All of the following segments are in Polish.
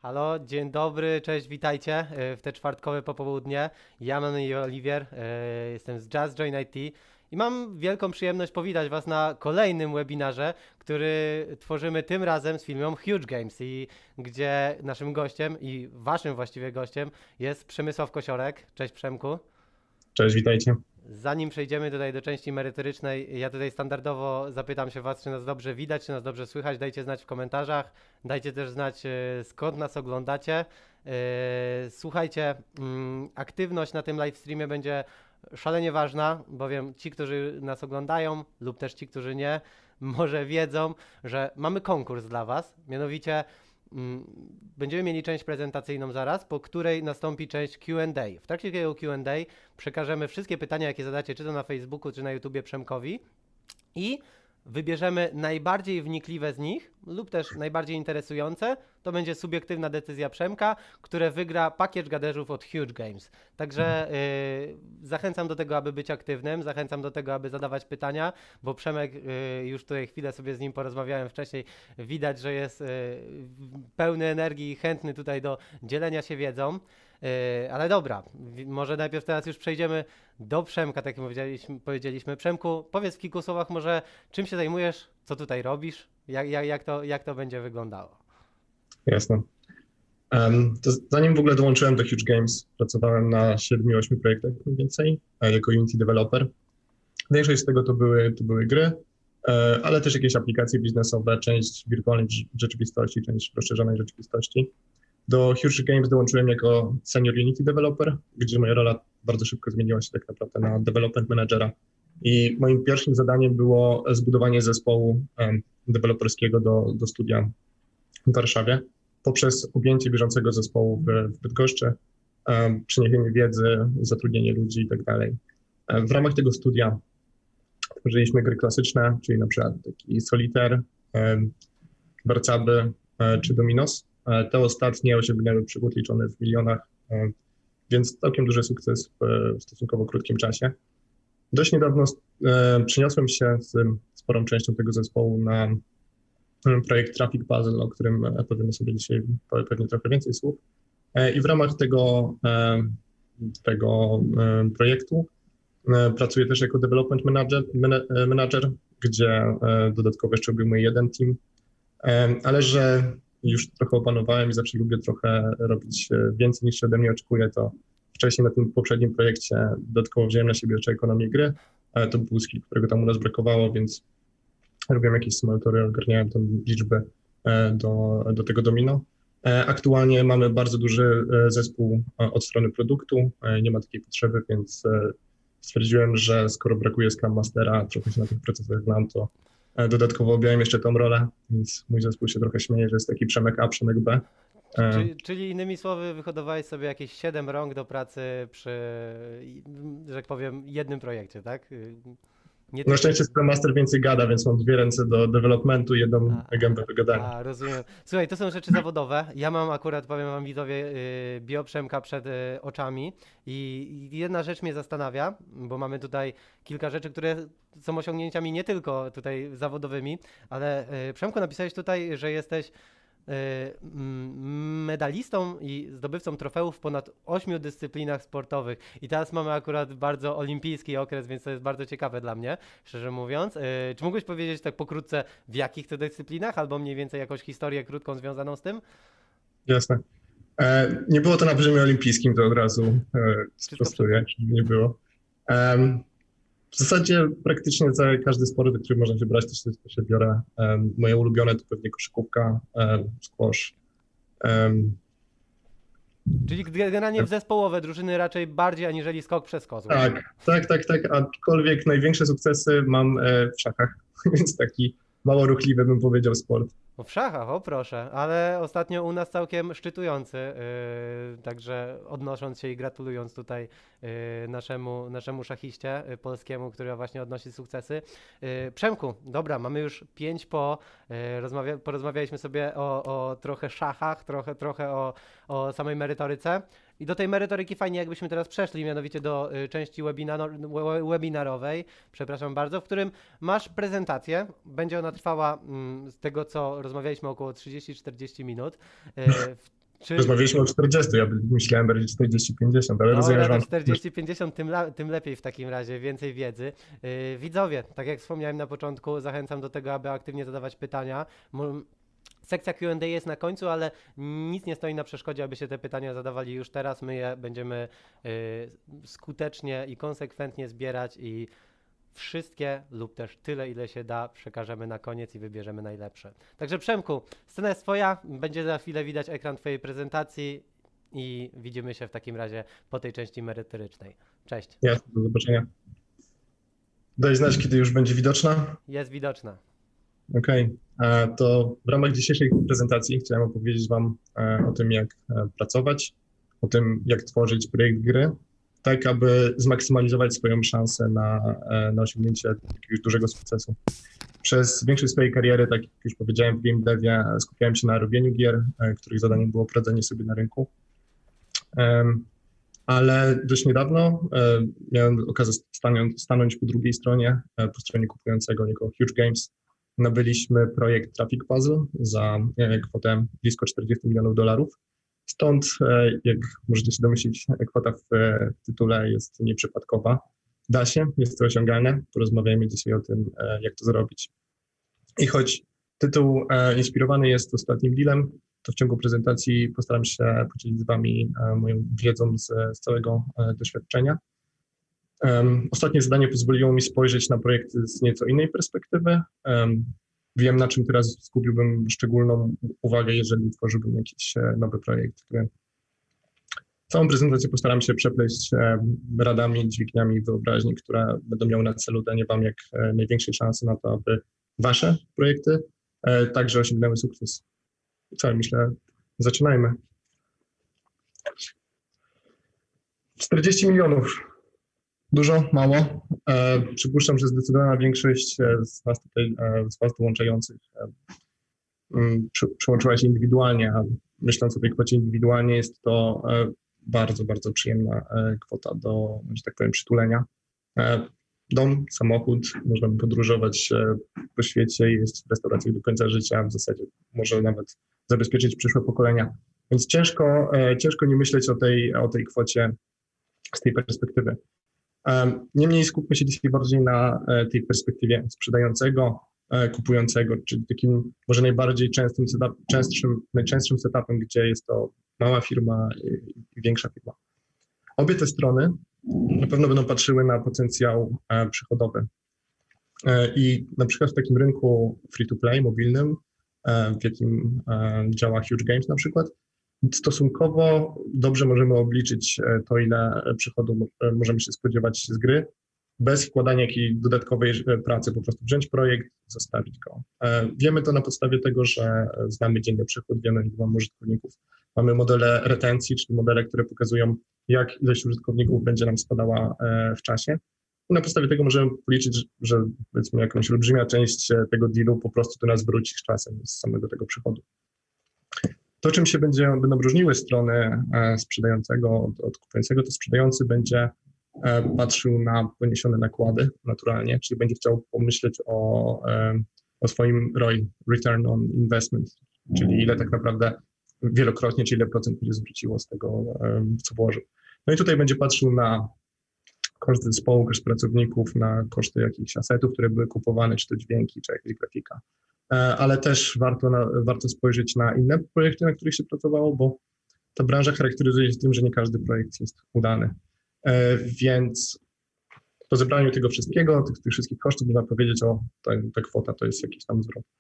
Halo, dzień dobry, cześć, witajcie w te czwartkowe popołudnie. Ja mam na imię Oliwier, jestem z Just Join IT i mam wielką przyjemność powitać Was na kolejnym webinarze, który tworzymy tym razem z firmą Huge Games i gdzie naszym gościem i Waszym właściwie gościem jest Przemysław Kosiorek. Cześć Przemku. Cześć, witajcie. Zanim przejdziemy tutaj do części merytorycznej, ja tutaj standardowo zapytam się Was, czy nas dobrze widać, czy nas dobrze słychać. Dajcie znać w komentarzach. Dajcie też znać, skąd nas oglądacie. Słuchajcie, aktywność na tym live streamie będzie szalenie ważna, bowiem ci, którzy nas oglądają lub też ci, którzy nie, może wiedzą, że mamy konkurs dla Was. Mianowicie będziemy mieli część prezentacyjną zaraz, po której nastąpi część Q&A. W trakcie tego Q&A przekażemy wszystkie pytania, jakie zadacie, czy to na Facebooku, czy na YouTubie Przemkowi i wybierzemy najbardziej wnikliwe z nich lub też najbardziej interesujące. To będzie subiektywna decyzja Przemka, które wygra pakiet gaderzów od Huge Games. Także zachęcam do tego, aby być aktywnym, zachęcam do tego, aby zadawać pytania, bo Przemek, już tutaj chwilę sobie z nim porozmawiałem wcześniej, widać, że jest pełny energii i chętny tutaj do dzielenia się wiedzą. Ale dobra, może najpierw teraz już przejdziemy do Przemka, tak jak powiedzieliśmy. Przemku, powiedz w kilku słowach może, czym się zajmujesz, co tutaj robisz, jak to będzie wyglądało? Jasne. To zanim w ogóle dołączyłem do Huge Games, pracowałem na 7-8 projektach mniej więcej jako Unity developer. Większość z tego to były gry, ale też jakieś aplikacje biznesowe, część wirtualnej rzeczywistości, część rozszerzonej rzeczywistości. Do Huge Games dołączyłem jako senior Unity developer, gdzie moja rola bardzo szybko zmieniła się tak naprawdę na development managera. I moim pierwszym zadaniem było zbudowanie zespołu deweloperskiego do studia w Warszawie poprzez objęcie bieżącego zespołu w Bydgoszczy, przeniesienie wiedzy, zatrudnienie ludzi i tak dalej. W ramach tego studia tworzyliśmy gry klasyczne, czyli na przykład taki Solitaire, Warcaby czy Dominos. Te ostatnie osiągnęły przychód liczony w milionach, więc całkiem duży sukces w stosunkowo krótkim czasie. Dość niedawno przeniosłem się z sporą częścią tego zespołu na projekt Traffic Puzzle, o którym powiemy sobie dzisiaj pewnie trochę więcej słów. I w ramach tego projektu pracuję też jako development manager, gdzie dodatkowo jeszcze obejmuję jeden team, ale że już trochę opanowałem i zawsze lubię trochę robić więcej niż się ode mnie oczekuje, to wcześniej na tym poprzednim projekcie dodatkowo wziąłem na siebie jeszcze ekonomię gry. To był skill, którego tam u nas brakowało, więc robiłem jakieś symulatory, ogarniałem tam liczby do tego domino. Aktualnie mamy bardzo duży zespół od strony produktu, nie ma takiej potrzeby, więc stwierdziłem, że skoro brakuje Scrum Mastera, trochę się na tych procesach znam, to dodatkowo objąłem jeszcze tą rolę, więc mój zespół się trochę śmieje, że jest taki Przemek A, Przemek B. Czyli innymi słowy wyhodowałeś sobie jakieś 7 rąk do pracy przy, że tak powiem, jednym projekcie, tak? Nie Na szczęście Scrum Master więcej gada, więc mam 2 ręce do developmentu, jedną gębę do gadania. Rozumiem. Słuchaj, to są rzeczy zawodowe. Ja mam akurat, powiem wam widzowie, bio Przemka przed oczami i jedna rzecz mnie zastanawia, bo mamy tutaj kilka rzeczy, które są osiągnięciami nie tylko tutaj zawodowymi, ale Przemku, napisałeś tutaj, że jesteś medalistą i zdobywcą trofeów w ponad 8 dyscyplinach sportowych. I teraz mamy akurat bardzo olimpijski okres, więc to jest bardzo ciekawe dla mnie, szczerze mówiąc. Czy mógłbyś powiedzieć tak pokrótce, w jakich to dyscyplinach, albo mniej więcej jakąś historię krótką związaną z tym? Jasne. Nie było to na poziomie olimpijskim, to od razu sprostuję, żeby nie było. W zasadzie praktycznie za każdy sport, do którego można się brać, to się biorę. Moje ulubione to pewnie koszykówka, squash. Czyli generalnie w zespołowe drużyny raczej bardziej aniżeli skok przez kozły. Tak. Aczkolwiek największe sukcesy mam w szachach, więc taki mało ruchliwy bym powiedział sport. W szachach, o proszę, ale ostatnio u nas całkiem szczytujący, także odnosząc się i gratulując tutaj naszemu szachiście polskiemu, który właśnie odnosi sukcesy. Przemku, dobra, mamy już 5 po, porozmawialiśmy sobie o trochę szachach, trochę o samej merytoryce. I do tej merytoryki fajnie jakbyśmy teraz przeszli, mianowicie do części webinarowej, przepraszam bardzo, w którym masz prezentację. Będzie ona trwała z tego, co rozmawialiśmy, około 30-40 minut. Czy, Rozmawialiśmy o 40, ja myślałem bardziej 40-50, ale rozumiem, dobra, że to mam... 40-50, tym lepiej w takim razie, więcej wiedzy. Widzowie, tak jak wspomniałem na początku, zachęcam do tego, aby aktywnie zadawać pytania. Sekcja Q&A jest na końcu, ale nic nie stoi na przeszkodzie, aby się te pytania zadawali już teraz. My je będziemy skutecznie i konsekwentnie zbierać i wszystkie lub też tyle, ile się da, przekażemy na koniec i wybierzemy najlepsze. Także Przemku, scena jest twoja, będzie za chwilę widać ekran twojej prezentacji i widzimy się w takim razie po tej części merytorycznej. Cześć. Jasne, do zobaczenia. Daj znać, kiedy już będzie widoczna. Jest widoczna. Okej. To w ramach dzisiejszej prezentacji chciałem opowiedzieć Wam o tym, jak pracować, o tym, jak tworzyć projekt gry, tak aby zmaksymalizować swoją szansę na osiągnięcie jakiegoś dużego sukcesu. Przez większość swojej kariery, tak jak już powiedziałem, w game devie skupiałem się na robieniu gier, których zadaniem było poradzenie sobie na rynku. Ale dość niedawno miałem okazję stanąć po drugiej stronie, po stronie kupującego jako Huge Games. Nabyliśmy projekt Traffic Puzzle za kwotę blisko $40 milionów. Stąd, jak możecie się domyślić, kwota w tytule jest nieprzypadkowa. Da się, jest to osiągalne. Porozmawiajmy dzisiaj o tym, jak to zrobić. I choć tytuł inspirowany jest ostatnim dealem, to w ciągu prezentacji postaram się podzielić z Wami moją wiedzą z całego doświadczenia. Ostatnie zadanie pozwoliło mi spojrzeć na projekty z nieco innej perspektywy. Wiem, na czym teraz skupiłbym szczególną uwagę, jeżeli tworzyłbym jakiś nowy projekt, który całą prezentację postaram się przepleść radami, dźwigniami wyobraźni, które będą miały na celu danie Wam jak największej szansy na to, aby Wasze projekty także osiągnęły sukces. Co, myślę, zaczynajmy. 40 milionów. Dużo, mało. Przypuszczam, że zdecydowana większość z Was dołączających przyłączyła się indywidualnie, a myśląc o tej kwocie indywidualnie, jest to bardzo, bardzo przyjemna kwota do, że tak powiem, przytulenia. Dom, samochód, można by podróżować po świecie, jeść w restauracjach do końca życia, w zasadzie może nawet zabezpieczyć przyszłe pokolenia. Więc ciężko nie myśleć o tej kwocie z tej perspektywy. Niemniej skupmy się dzisiaj bardziej na tej perspektywie sprzedającego, kupującego, czyli takim może najbardziej najczęstszym setupem, gdzie jest to mała firma i większa firma. Obie te strony na pewno będą patrzyły na potencjał przychodowy. I na przykład w takim rynku free-to-play mobilnym, w jakim działa Huge Games na przykład, stosunkowo dobrze możemy obliczyć to, ile przychodu możemy się spodziewać z gry, bez wkładania jakiejś dodatkowej pracy, po prostu wziąć projekt, zostawić go. Wiemy to na podstawie tego, że znamy dzienny przychód, wiemy, ile mamy użytkowników. Mamy modele retencji, czyli modele, które pokazują, jak ilość użytkowników będzie nam spadała w czasie. I na podstawie tego możemy policzyć, że powiedzmy jakąś olbrzymia część tego dealu po prostu do nas wróci z czasem, z samego tego przychodu. To, czym się będą różniły strony sprzedającego od kupującego, to sprzedający będzie patrzył na poniesione nakłady naturalnie, czyli będzie chciał pomyśleć o swoim ROI, Return on Investment, czyli ile tak naprawdę wielokrotnie, czy ile procent będzie zwróciło z tego, co włożył. No i tutaj będzie patrzył na koszt zespołu, koszt pracowników, na koszty jakichś asetów, które były kupowane, czy to dźwięki, czy jakaś grafika. Ale też warto spojrzeć na inne projekty, na których się pracowało, bo ta branża charakteryzuje się tym, że nie każdy projekt jest udany. Więc po zebraniu tego wszystkiego, tych wszystkich kosztów, można powiedzieć, ta kwota to jest jakiś tam zwrot.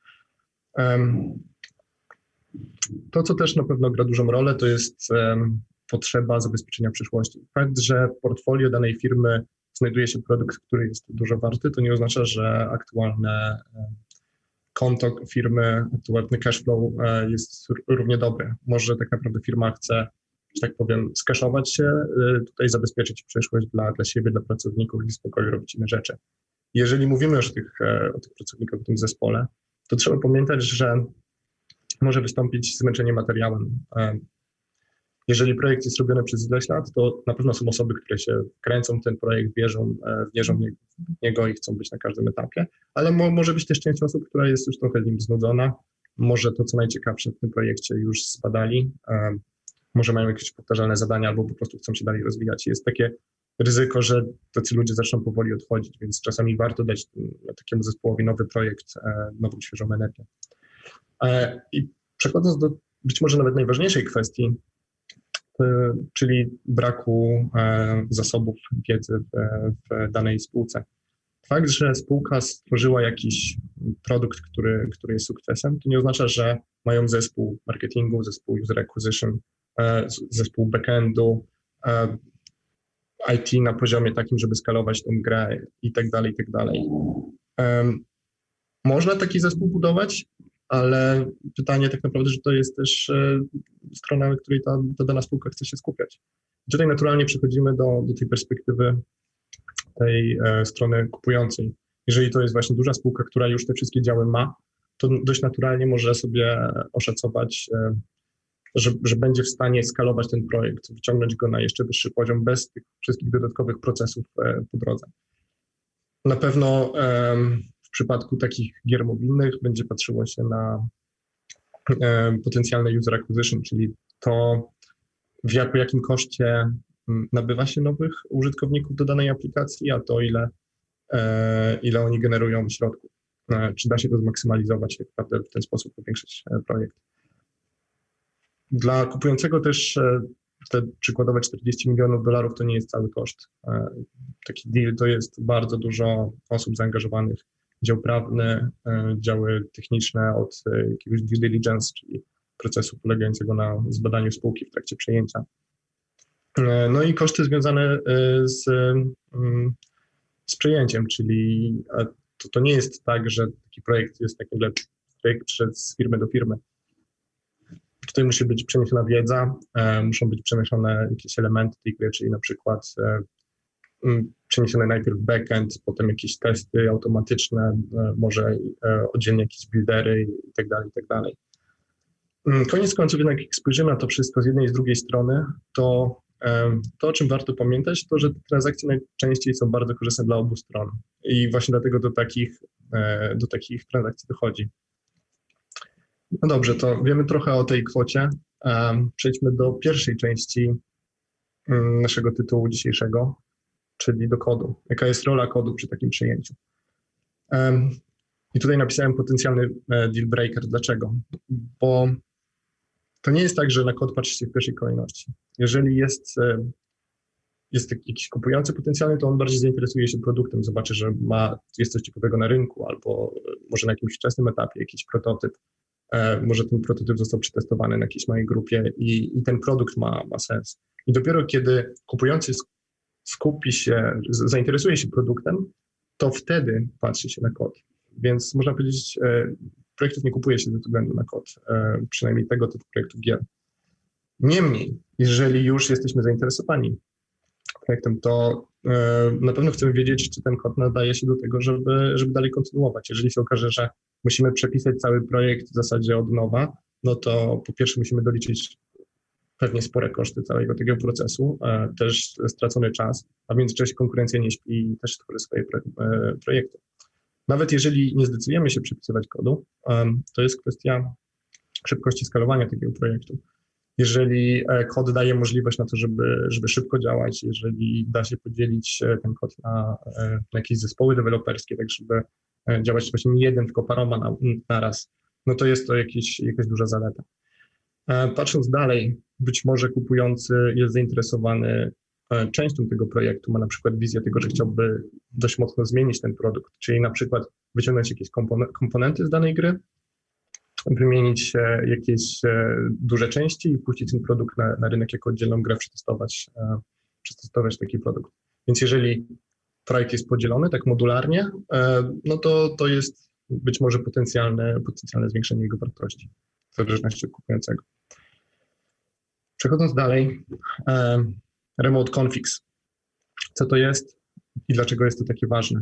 To, co też na pewno gra dużą rolę, to jest potrzeba zabezpieczenia przyszłości. Fakt, że w portfolio danej firmy znajduje się produkt, który jest dużo warty, to nie oznacza, że aktualne konto firmy, aktualny cash flow jest równie dobry. Może tak naprawdę firma chce, że tak powiem, skaszować się, tutaj zabezpieczyć przyszłość dla siebie, dla pracowników i spokojnie robić inne rzeczy. Jeżeli mówimy już o tych pracownikach w tym zespole, to trzeba pamiętać, że może wystąpić zmęczenie materiałem. Jeżeli projekt jest robiony przez ileś lat, to na pewno są osoby, które się kręcą w ten projekt, wierzą w niego i chcą być na każdym etapie, ale może być też część osób, która jest już trochę nim znudzona, może to, co najciekawsze w tym projekcie już zbadali, może mają jakieś powtarzalne zadania, albo po prostu chcą się dalej rozwijać. Jest takie ryzyko, że tacy ludzie zaczną powoli odchodzić, więc czasami warto dać takiemu zespołowi nowy projekt, nową, świeżą energię. I przechodząc do być może nawet najważniejszej kwestii, czyli braku zasobów wiedzy w danej spółce. Fakt, że spółka stworzyła jakiś produkt, który jest sukcesem, to nie oznacza, że mają zespół marketingu, zespół user acquisition, zespół backendu, IT na poziomie takim, żeby skalować tę grę i tak dalej, i tak dalej. Można taki zespół budować, ale pytanie tak naprawdę, że to jest też strona, na której ta dana spółka chce się skupiać. Tutaj naturalnie przechodzimy do tej perspektywy tej strony kupującej. Jeżeli to jest właśnie duża spółka, która już te wszystkie działy ma, to dość naturalnie może sobie oszacować, że będzie w stanie skalować ten projekt, wyciągnąć go na jeszcze wyższy poziom bez tych wszystkich dodatkowych procesów po drodze. Na pewno w przypadku takich gier mobilnych będzie patrzyło się na potencjalne user acquisition, czyli to po jakim koszcie nabywa się nowych użytkowników do danej aplikacji, a to ile oni generują środków. Czy da się to zmaksymalizować, jak naprawdę w ten sposób powiększyć projekt. Dla kupującego też te przykładowe $40 milionów to nie jest cały koszt. Taki deal to jest bardzo dużo osób zaangażowanych, dział prawny, działy techniczne od jakiegoś due diligence, czyli procesu polegającego na zbadaniu spółki w trakcie przejęcia. No i koszty związane z przejęciem, czyli to nie jest tak, że taki projekt jest takim projekt przeszedł z firmy do firmy. Tutaj musi być przeniesiona wiedza, muszą być przeniesione jakieś elementy tej gry, czyli na przykład przeniesiony najpierw backend, potem jakieś testy automatyczne, może oddzielnie jakieś buildery i tak dalej, i tak dalej. Koniec końców jednak jak spojrzymy na to wszystko z jednej i z drugiej strony, to o czym warto pamiętać, to że te transakcje najczęściej są bardzo korzystne dla obu stron i właśnie dlatego do takich transakcji dochodzi. No dobrze, to wiemy trochę o tej kwocie. Przejdźmy do pierwszej części naszego tytułu dzisiejszego, czyli do kodu. Jaka jest rola kodu przy takim przejęciu? I tutaj napisałem potencjalny deal breaker. Dlaczego? Bo to nie jest tak, że na kod patrzy się w pierwszej kolejności. Jeżeli jest jakiś kupujący potencjalny, to on bardziej zainteresuje się produktem, zobaczy, że jest coś ciekawego na rynku albo może na jakimś wczesnym etapie jakiś prototyp. Może ten prototyp został przetestowany na jakiejś małej grupie i ten produkt ma sens. I dopiero kiedy kupujący zainteresuje się produktem, to wtedy patrzy się na kod. Więc można powiedzieć, projektów nie kupuje się ze względu na kod, przynajmniej tego typu projektów gier. Niemniej, jeżeli już jesteśmy zainteresowani projektem, to na pewno chcemy wiedzieć, czy ten kod nadaje się do tego, żeby dalej kontynuować. Jeżeli się okaże, że musimy przepisać cały projekt w zasadzie od nowa, no to po pierwsze musimy doliczyć pewnie spore koszty całego tego procesu, też stracony czas, a w międzyczasie konkurencja nie śpi i też tworzy swoje projekty. Nawet jeżeli nie zdecydujemy się przepisywać kodu, to jest kwestia szybkości skalowania takiego projektu. Jeżeli kod daje możliwość na to, żeby szybko działać, jeżeli da się podzielić ten kod na jakieś zespoły deweloperskie, tak żeby działać właśnie nie jeden, tylko paroma na raz, no to jest to jakaś duża zaleta. Patrząc dalej, być może kupujący jest zainteresowany częścią tego projektu, ma na przykład wizję tego, że chciałby dość mocno zmienić ten produkt, czyli na przykład wyciągnąć jakieś komponenty z danej gry, wymienić jakieś duże części i puścić ten produkt na rynek jako oddzielną grę, przetestować taki produkt. Więc jeżeli projekt jest podzielony tak modularnie, no to jest być może potencjalne zwiększenie jego wartości, w zależności od kupującego. Przechodząc dalej, remote configs. Co to jest i dlaczego jest to takie ważne?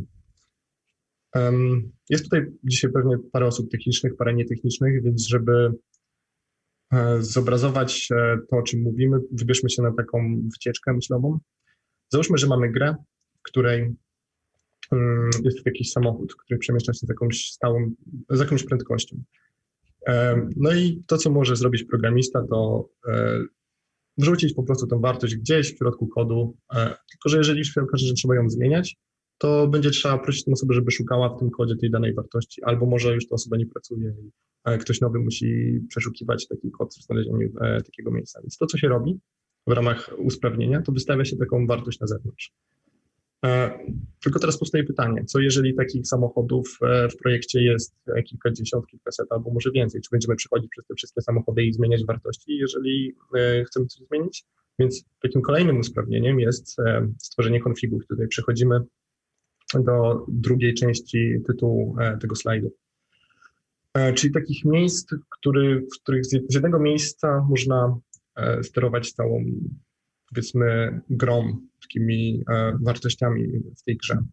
Jest tutaj dzisiaj pewnie parę osób technicznych, parę nietechnicznych, więc żeby zobrazować to, o czym mówimy, wybierzmy się na taką wycieczkę myślową. Załóżmy, że mamy grę, w której jest jakiś samochód, który przemieszcza się z jakąś prędkością. No i to, co może zrobić programista, to wrzucić po prostu tę wartość gdzieś w środku kodu, tylko że jeżeli się okaże, że trzeba ją zmieniać, to będzie trzeba prosić tę osobę, żeby szukała w tym kodzie tej danej wartości, albo może już ta osoba nie pracuje i ktoś nowy musi przeszukiwać taki kod w znalezieniu takiego miejsca. Więc to, co się robi w ramach usprawnienia, to wystawia się taką wartość na zewnątrz. Tylko teraz powstaje pytanie, co jeżeli takich samochodów w projekcie jest kilkadziesiąt, kilkaset albo może więcej? Czy będziemy przechodzić przez te wszystkie samochody i zmieniać wartości, jeżeli chcemy coś zmienić? Więc takim kolejnym usprawnieniem jest stworzenie konfigów. Tutaj przechodzimy do drugiej części tytułu tego slajdu. Czyli takich miejsc, w których z jednego miejsca można sterować całą, powiedzmy, grą, takimi wartościami w tej grze.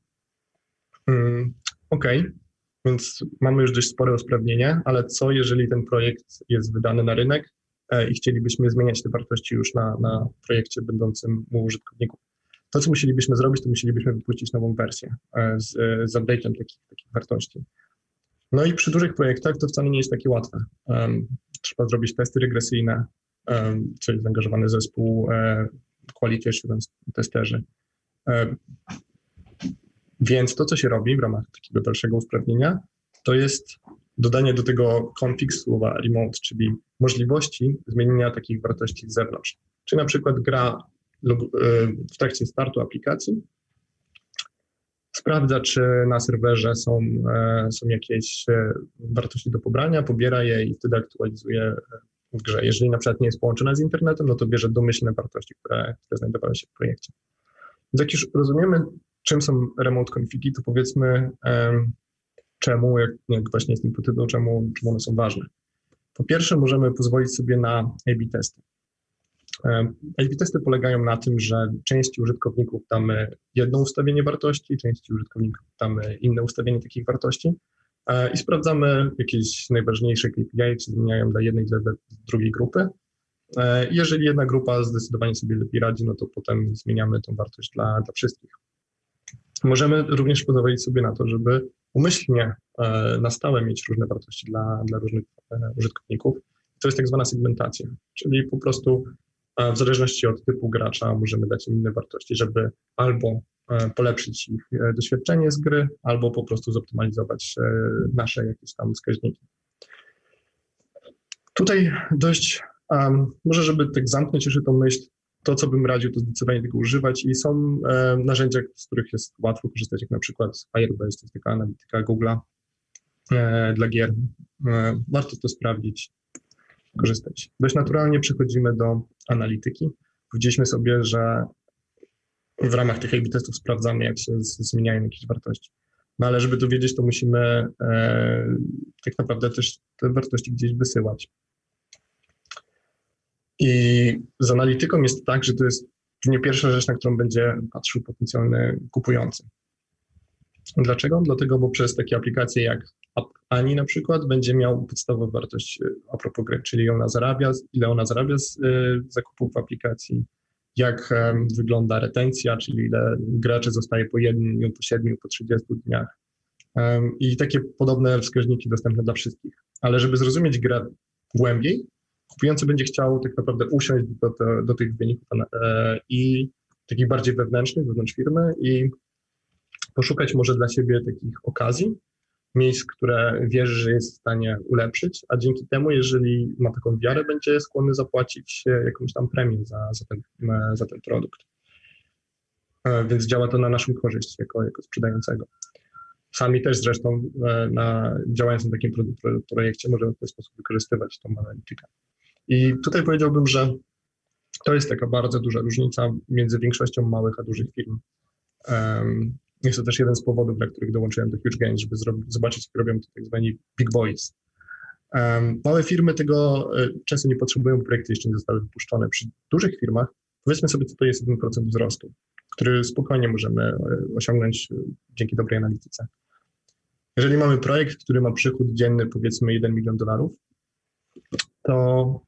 OK, więc mamy już dość spore usprawnienie, ale co jeżeli ten projekt jest wydany na rynek i chcielibyśmy zmieniać te wartości już na projekcie będącym u użytkowników? To, co musielibyśmy zrobić, to musielibyśmy wypuścić nową wersję z update'em takich wartości. No i przy dużych projektach to wcale nie jest takie łatwe. Trzeba zrobić testy regresyjne, czyli zaangażowany zespół, quality assurance testerzy. Więc to, co się robi w ramach takiego dalszego usprawnienia, to jest dodanie do tego config słowa remote, czyli możliwości zmienienia takich wartości z zewnątrz. Czyli na przykład gra w trakcie startu aplikacji sprawdza, czy na serwerze są jakieś wartości do pobrania, pobiera je i wtedy aktualizuje w grze. Jeżeli na przykład nie jest połączona z internetem, no to bierze domyślne wartości, które znajdowały się w projekcie. Więc jak już rozumiemy, czym są remote configi, to powiedzmy czemu, jak właśnie jest tym tytuł, czemu one są ważne. Po pierwsze, możemy pozwolić sobie na A/B testy. A/B testy polegają na tym, że części użytkowników damy jedno ustawienie wartości, części użytkowników damy inne ustawienie takich wartości i sprawdzamy jakieś najważniejsze KPI, czy zmieniają dla jednej, dla drugiej grupy. Jeżeli jedna grupa zdecydowanie sobie lepiej radzi, no to potem zmieniamy tą wartość dla wszystkich. Możemy również pozwolić sobie na to, żeby umyślnie na stałe mieć różne wartości dla różnych użytkowników. To jest tak zwana segmentacja, czyli po prostu w zależności od typu gracza możemy dać im inne wartości, żeby albo polepszyć ich doświadczenie z gry, albo po prostu zoptymalizować nasze jakieś tam wskaźniki. Tutaj dość, może żeby tak zamknąć jeszcze tą myśl, to co bym radził, to zdecydowanie tego używać i są narzędzia, z których jest łatwo korzystać, jak na przykład Firebase, to jest taka analityka Google'a dla gier. Warto to sprawdzić, korzystać. Dość naturalnie przechodzimy do analityki. Powiedzieliśmy sobie, że w ramach tych A/B testów sprawdzamy, jak się zmieniają jakieś wartości. No ale żeby to wiedzieć, to musimy tak naprawdę też te wartości gdzieś wysyłać. I z analityką jest tak, że to jest nie pierwsza rzecz, na którą będzie patrzył potencjalny kupujący. Dlaczego? Dlatego, bo przez takie aplikacje jak AppAni na przykład będzie miał podstawową wartość a propos gry, czyli ile ona zarabia z zakupów w aplikacji, jak wygląda retencja, czyli ile graczy zostaje po 1 dniu, po 7, po 30 dniach i takie podobne wskaźniki dostępne dla wszystkich. Ale żeby zrozumieć grę głębiej, kupujący będzie chciał tak naprawdę usiąść do tych wyników i takich bardziej wewnętrznych, wewnątrz firmy i poszukać może dla siebie takich okazji, miejsc, które wierzy, że jest w stanie ulepszyć, a dzięki temu, jeżeli ma taką wiarę, będzie skłonny zapłacić jakąś tam premię za ten produkt. Więc działa to na naszą korzyść jako sprzedającego. Sami też zresztą działając na takim projekcie możemy w ten sposób wykorzystywać tą analitykę. I tutaj powiedziałbym, że to jest taka bardzo duża różnica między większością małych a dużych firm. Jest to też jeden z powodów, dla których dołączyłem do Huge Games, żeby zobaczyć, jak robią to tak zwani big boys. Małe firmy tego często nie potrzebują, bo projekty jeszcze nie zostały wypuszczone. Przy dużych firmach powiedzmy sobie, co to jest 1% wzrostu, który spokojnie możemy osiągnąć dzięki dobrej analityce. Jeżeli mamy projekt, który ma przychód dzienny powiedzmy $1 milion, to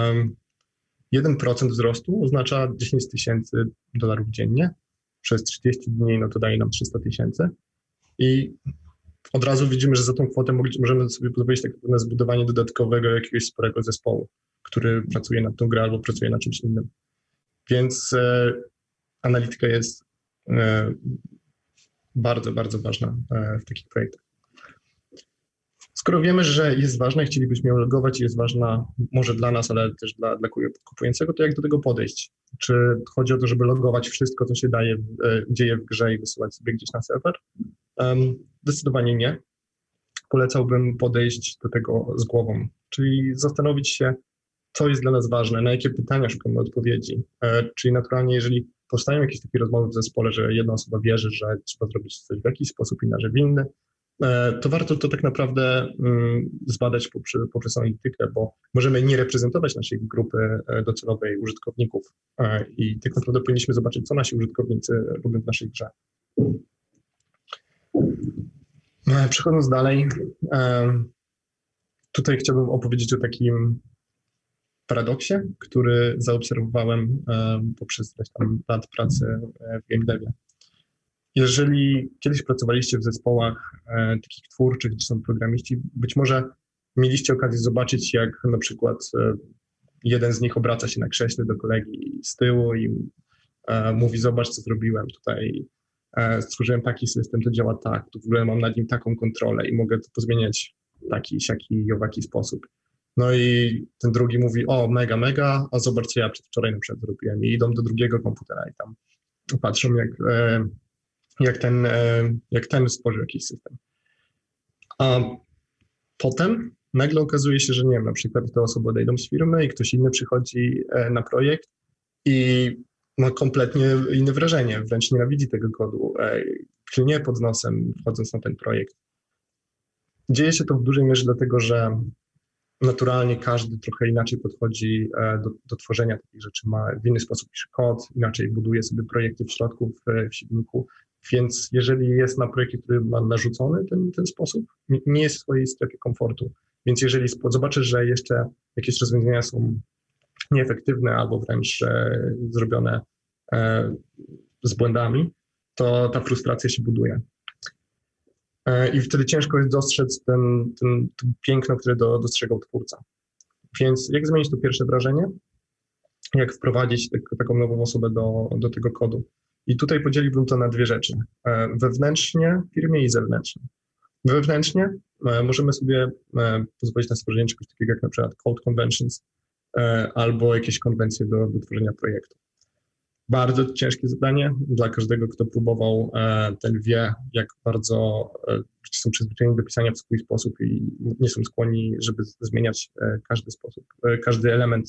1% wzrostu oznacza $10,000 dziennie. Przez 30 dni, no to daje nam 300,000 i od razu widzimy, że za tą kwotę możemy sobie pozwolić tak na zbudowanie dodatkowego jakiegoś sporego zespołu, który pracuje nad tą grą albo pracuje nad czymś innym. Więc analityka jest bardzo, bardzo ważna w takich projektach. Skoro wiemy, że jest ważna i chcielibyśmy ją logować i jest ważna może dla nas, ale też dla kupującego, to jak do tego podejść? Czy chodzi o to, żeby logować wszystko, co się dzieje w grze i wysyłać sobie gdzieś na serwer? Zdecydowanie nie. Polecałbym podejść do tego z głową, czyli zastanowić się, co jest dla nas ważne, na jakie pytania szukamy odpowiedzi. Czyli naturalnie, jeżeli powstają jakieś takie rozmowy w zespole, że jedna osoba wierzy, że trzeba zrobić coś w jakiś sposób, inna, że w inny, to warto to tak naprawdę zbadać poprzez analitykę, bo możemy nie reprezentować naszej grupy docelowej użytkowników i tak naprawdę powinniśmy zobaczyć, co nasi użytkownicy robią w naszej grze. Przechodząc dalej, tutaj chciałbym opowiedzieć o takim paradoksie, który zaobserwowałem poprzez ileś tam lat pracy w game devie. Jeżeli kiedyś pracowaliście w zespołach takich twórczych, gdzie są programiści, być może mieliście okazję zobaczyć, jak na przykład jeden z nich obraca się na krześle do kolegi z tyłu i mówi: zobacz, co zrobiłem tutaj, stworzyłem taki system, to działa tak, tu w ogóle mam nad nim taką kontrolę i mogę to pozmieniać w taki, siaki i owaki sposób. No i ten drugi mówi: o, mega, mega, a zobacz, co ja przedwczoraj na przykład zrobiłem. I idą do drugiego komputera i tam patrzą, jak ten stworzył jakiś system. A potem nagle okazuje się, że nie wiem, na przykład te osoby odejdą z firmy i ktoś inny przychodzi na projekt i ma kompletnie inne wrażenie, wręcz nienawidzi tego kodu, klnie pod nosem, wchodząc na ten projekt. Dzieje się to w dużej mierze dlatego, że naturalnie każdy trochę inaczej podchodzi do tworzenia takich rzeczy, ma w inny sposób pisze kod, inaczej buduje sobie projekty w środku, w silniku, więc jeżeli jest na projekcie, który ma narzucony ten sposób, nie jest w swojej strefie komfortu. Więc jeżeli zobaczysz, że jeszcze jakieś rozwiązania są nieefektywne albo wręcz zrobione z błędami, to ta frustracja się buduje. I wtedy ciężko jest dostrzec to piękno, które dostrzegał twórca. Więc jak zmienić to pierwsze wrażenie? Jak wprowadzić taką nową osobę do tego kodu? I tutaj podzieliłbym to na dwie rzeczy. Wewnętrznie w firmie i zewnętrznie. Wewnętrznie możemy sobie pozwolić na stworzenie czegoś takiego jak na przykład code conventions albo jakieś konwencje do tworzenia projektu. Bardzo ciężkie zadanie dla każdego, kto próbował, ten wie, jak bardzo są przyzwyczajeni do pisania w swój sposób i nie są skłonni, żeby zmieniać każdy element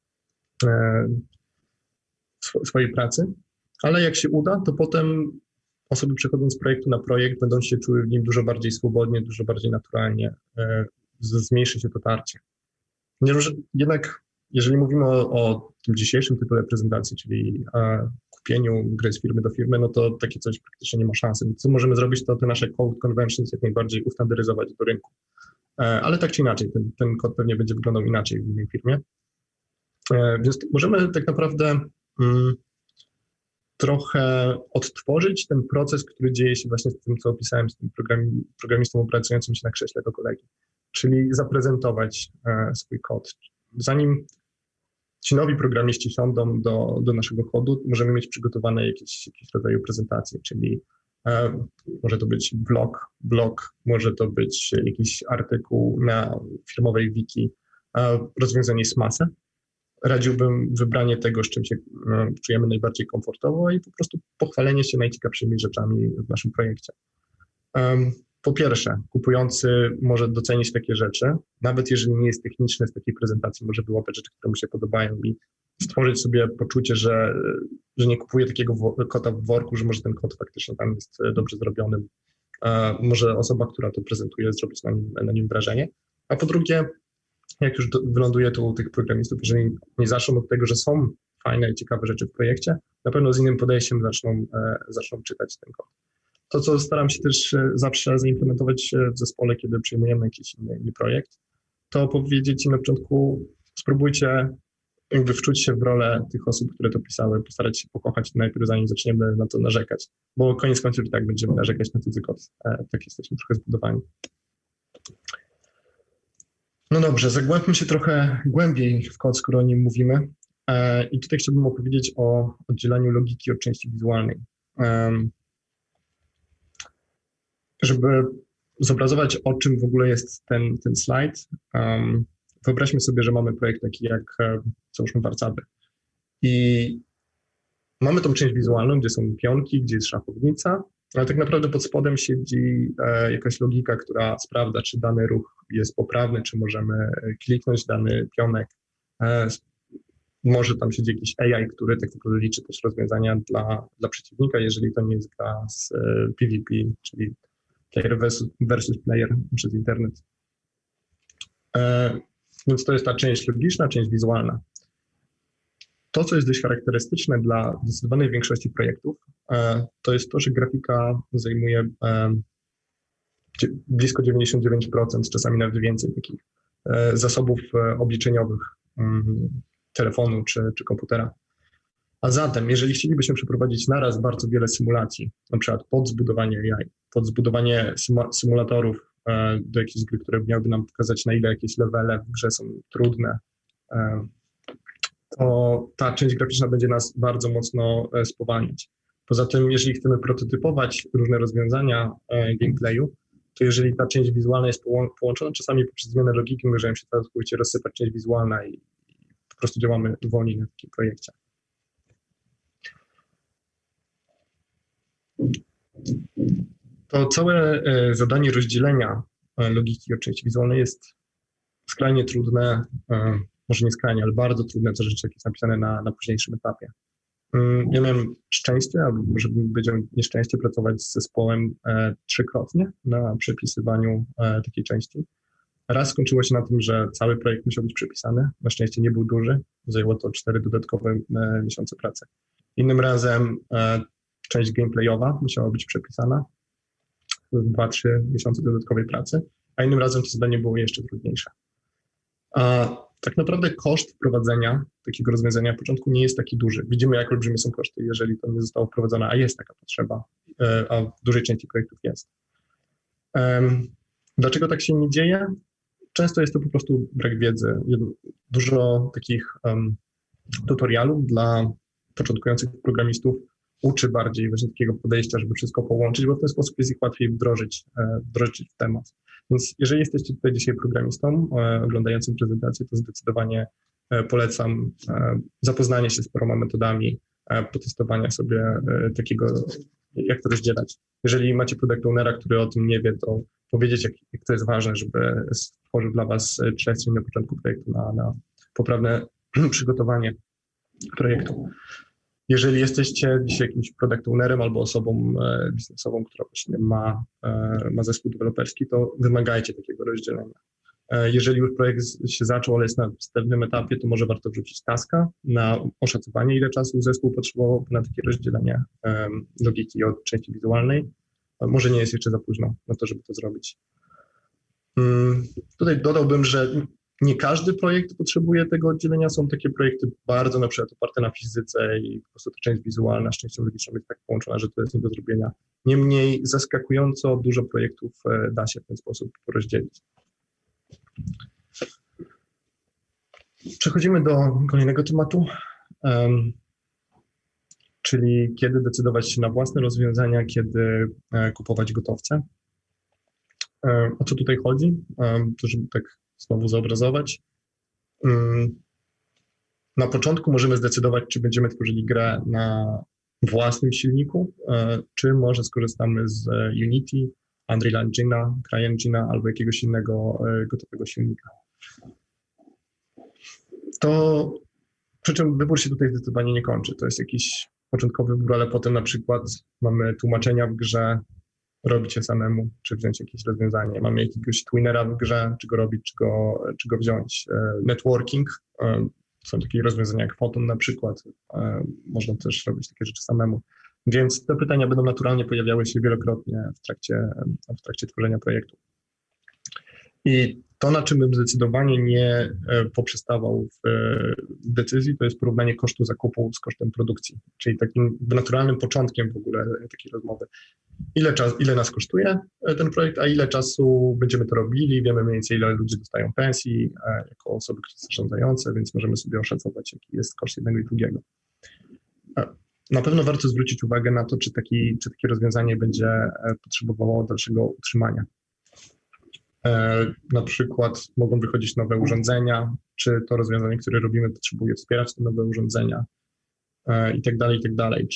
swojej pracy. Ale jak się uda, to potem osoby przechodząc z projektu na projekt będą się czuły w nim dużo bardziej swobodnie, dużo bardziej naturalnie, zmniejszy się to tarcie. Jednak jeżeli mówimy o tym dzisiejszym tytule prezentacji, czyli kupieniu gry z firmy do firmy, no to takie coś praktycznie nie ma szansy. Co możemy zrobić, to te nasze code conventions jak najbardziej ustandaryzować do rynku. Ale tak czy inaczej, ten kod pewnie będzie wyglądał inaczej w innej firmie. Więc możemy tak naprawdę trochę odtworzyć ten proces, który dzieje się właśnie z tym, co opisałem, z tym programistą opracującym się na krześle do kolegi, czyli zaprezentować swój kod. Zanim ci nowi programiści siądą do naszego kodu, możemy mieć przygotowane jakieś rodzaju prezentacje, czyli może to być blog, może to być jakiś artykuł na firmowej wiki, rozwiązanie SMASE. Radziłbym wybranie tego, z czym się czujemy najbardziej komfortowo i po prostu pochwalenie się najciekawszymi rzeczami w naszym projekcie. Po pierwsze, kupujący może docenić takie rzeczy, nawet jeżeli nie jest techniczny z takiej prezentacji, może wyłapać rzeczy, które mu się podobają i stworzyć sobie poczucie, że nie kupuje takiego kota w worku, że może ten kod faktycznie tam jest dobrze zrobiony. Może osoba, która to prezentuje, zrobić na nim wrażenie. A po drugie, jak już wyląduje to u tych programistów, jeżeli nie zaczną od tego, że są fajne i ciekawe rzeczy w projekcie, na pewno z innym podejściem zaczną czytać ten kod. To, co staram się też zawsze zaimplementować w zespole, kiedy przyjmujemy jakiś inny projekt, to powiedzieć im na początku: spróbujcie jakby wczuć się w rolę tych osób, które to pisały, postarać się pokochać najpierw, zanim zaczniemy na to narzekać, bo koniec końców i tak będziemy narzekać na cudzy kod. Tak jesteśmy trochę zbudowani. No dobrze, zagłębmy się trochę głębiej w kod, skoro o nim mówimy. I tutaj chciałbym opowiedzieć o oddzielaniu logiki od części wizualnej. Żeby zobrazować, o czym w ogóle jest ten slajd, wyobraźmy sobie, że mamy projekt taki jak, załóżmy, warcaby. I mamy tą część wizualną, gdzie są pionki, gdzie jest szachownica, ale tak naprawdę pod spodem siedzi jakaś logika, która sprawdza, czy dany ruch jest poprawny, czy możemy kliknąć dany pionek. Może tam siedzi jakiś AI, który tak naprawdę liczy też rozwiązania dla przeciwnika, jeżeli to nie jest gra z PvP, czyli player versus player przez internet. Więc to jest ta część logiczna, część wizualna. To, co jest dość charakterystyczne dla zdecydowanej większości projektów, to jest to, że grafika zajmuje blisko 99%, czasami nawet więcej takich zasobów obliczeniowych telefonu czy komputera. A zatem, jeżeli chcielibyśmy przeprowadzić naraz bardzo wiele symulacji, na przykład pod zbudowanie AI, pod zbudowanie symulatorów do jakiejś gry, które miałyby nam pokazać, na ile jakieś levele w grze są trudne, to ta część graficzna będzie nas bardzo mocno spowalniać. Poza tym, jeżeli chcemy prototypować różne rozwiązania gameplayu, to jeżeli ta część wizualna jest połączona, czasami poprzez zmianę logiki może się całkowicie rozsypać część wizualna i po prostu działamy wolniej na takim projekcie. To całe zadanie rozdzielenia logiki od części wizualnej jest skrajnie trudne, może nie skrajnie, ale bardzo trudne, co rzeczy, jak jest napisane na późniejszym etapie. Ja miałem szczęście, albo może bym powiedział nieszczęście, pracować z zespołem trzykrotnie na przepisywaniu takiej części. Raz skończyło się na tym, że cały projekt musiał być przepisany. Na szczęście nie był duży, zajęło to 4 dodatkowe miesiące pracy. Innym razem część gameplayowa musiała być przepisana, 2-3 miesiące dodatkowej pracy, a innym razem to zadanie było jeszcze trudniejsze. A tak naprawdę koszt wprowadzenia takiego rozwiązania na początku nie jest taki duży. Widzimy, jak olbrzymie są koszty, jeżeli to nie zostało wprowadzone, a jest taka potrzeba, a w dużej części projektów jest. Dlaczego tak się nie dzieje? Często jest to po prostu brak wiedzy. Dużo takich tutorialów dla początkujących programistów uczy bardziej właśnie takiego podejścia, żeby wszystko połączyć, bo w ten sposób jest ich łatwiej wdrożyć w temat. Więc jeżeli jesteście tutaj dzisiaj programistą oglądającym prezentację, to zdecydowanie polecam zapoznanie się z paroma metodami, potestowania sobie takiego, jak to rozdzielać. Jeżeli macie product ownera, który o tym nie wie, to powiedzieć, jak to jest ważne, żeby stworzył dla was przestrzeń na początku projektu na poprawne przygotowanie projektu. Jeżeli jesteście dzisiaj jakimś product ownerem albo osobą biznesową, która właśnie ma zespół deweloperski, to wymagajcie takiego rozdzielenia. Jeżeli już projekt się zaczął, ale jest na wstępnym etapie, to może warto wrzucić taska na oszacowanie, ile czasu zespół potrzebował na takie rozdzielenie logiki od części wizualnej. Może nie jest jeszcze za późno na to, żeby to zrobić. Tutaj dodałbym, że nie każdy projekt potrzebuje tego oddzielenia. Są takie projekty bardzo na przykład oparte na fizyce i po prostu ta część wizualna z częścią logiczną jest tak połączona, że to jest nie do zrobienia. Niemniej zaskakująco dużo projektów da się w ten sposób rozdzielić. Przechodzimy do kolejnego tematu, czyli kiedy decydować się na własne rozwiązania, kiedy kupować gotowce. O co tutaj chodzi? To żeby tak znowu zobrazować. Na początku możemy zdecydować, czy będziemy tworzyli grę na własnym silniku, czy może skorzystamy z Unity, Unreal Engine'a, CryEngine'a albo jakiegoś innego gotowego silnika. To, przy czym wybór się tutaj zdecydowanie nie kończy. To jest jakiś początkowy wybór, ale potem na przykład mamy tłumaczenia w grze, robić je samemu, czy wziąć jakieś rozwiązanie. Mamy jakiegoś twinera w grze, czy go robić, czy go wziąć. Networking, są takie rozwiązania jak Photon na przykład, można też robić takie rzeczy samemu. Więc te pytania będą naturalnie pojawiały się wielokrotnie w trakcie tworzenia projektu. I To, na czym bym zdecydowanie nie poprzestawał w decyzji, to jest porównanie kosztu zakupu z kosztem produkcji, czyli takim naturalnym początkiem w ogóle takiej rozmowy. Ile nas kosztuje ten projekt, a ile czasu będziemy to robili, wiemy mniej więcej, ile ludzie dostają pensji jako osoby zarządzające, więc możemy sobie oszacować, jaki jest koszt jednego i drugiego. Na pewno warto zwrócić uwagę na to, czy takie rozwiązanie będzie potrzebowało dalszego utrzymania. Na przykład mogą wychodzić nowe urządzenia, czy to rozwiązanie, które robimy, potrzebuje wspierać te nowe urządzenia i tak dalej, i tak dalej.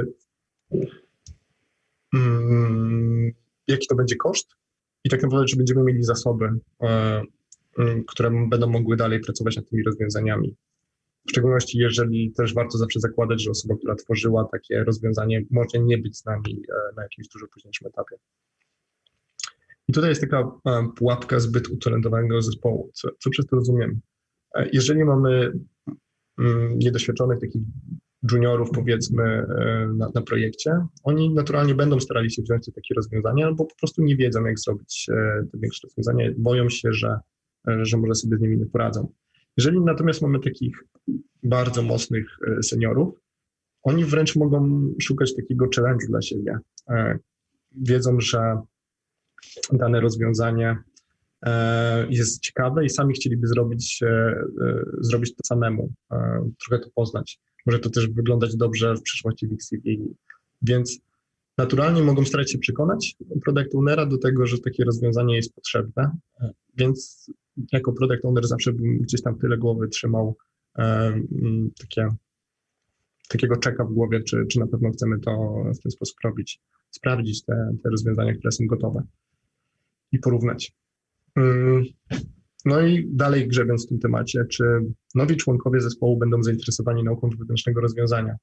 Jaki to będzie koszt i tak naprawdę, czy będziemy mieli zasoby, które będą mogły dalej pracować nad tymi rozwiązaniami. W szczególności, jeżeli też warto zawsze zakładać, że osoba, która tworzyła takie rozwiązanie, może nie być z nami na jakimś dużo późniejszym etapie. I tutaj jest taka pułapka zbyt utalentowanego zespołu. Co przez to rozumiem? Jeżeli mamy niedoświadczonych takich juniorów, powiedzmy, na projekcie, oni naturalnie będą starali się wziąć takie rozwiązania, albo po prostu nie wiedzą, jak zrobić te większe rozwiązania, boją się, że może sobie z nimi nie poradzą. Jeżeli natomiast mamy takich bardzo mocnych seniorów, oni wręcz mogą szukać takiego challenge'u dla siebie. Wiedzą, że dane rozwiązanie jest ciekawe i sami chcieliby zrobić to samemu, trochę to poznać. Może to też wyglądać dobrze w przyszłości w ich CV. Więc naturalnie mogą starać się przekonać product ownera do tego, że takie rozwiązanie jest potrzebne, więc jako product owner zawsze bym gdzieś tam w tyle głowy trzymał takiego checka w głowie, czy na pewno chcemy to w ten sposób robić, sprawdzić te rozwiązania, które są gotowe i porównać. No i dalej grzebiąc w tym temacie, czy nowi członkowie zespołu będą zainteresowani nauką wewnętrznego rozwiązania?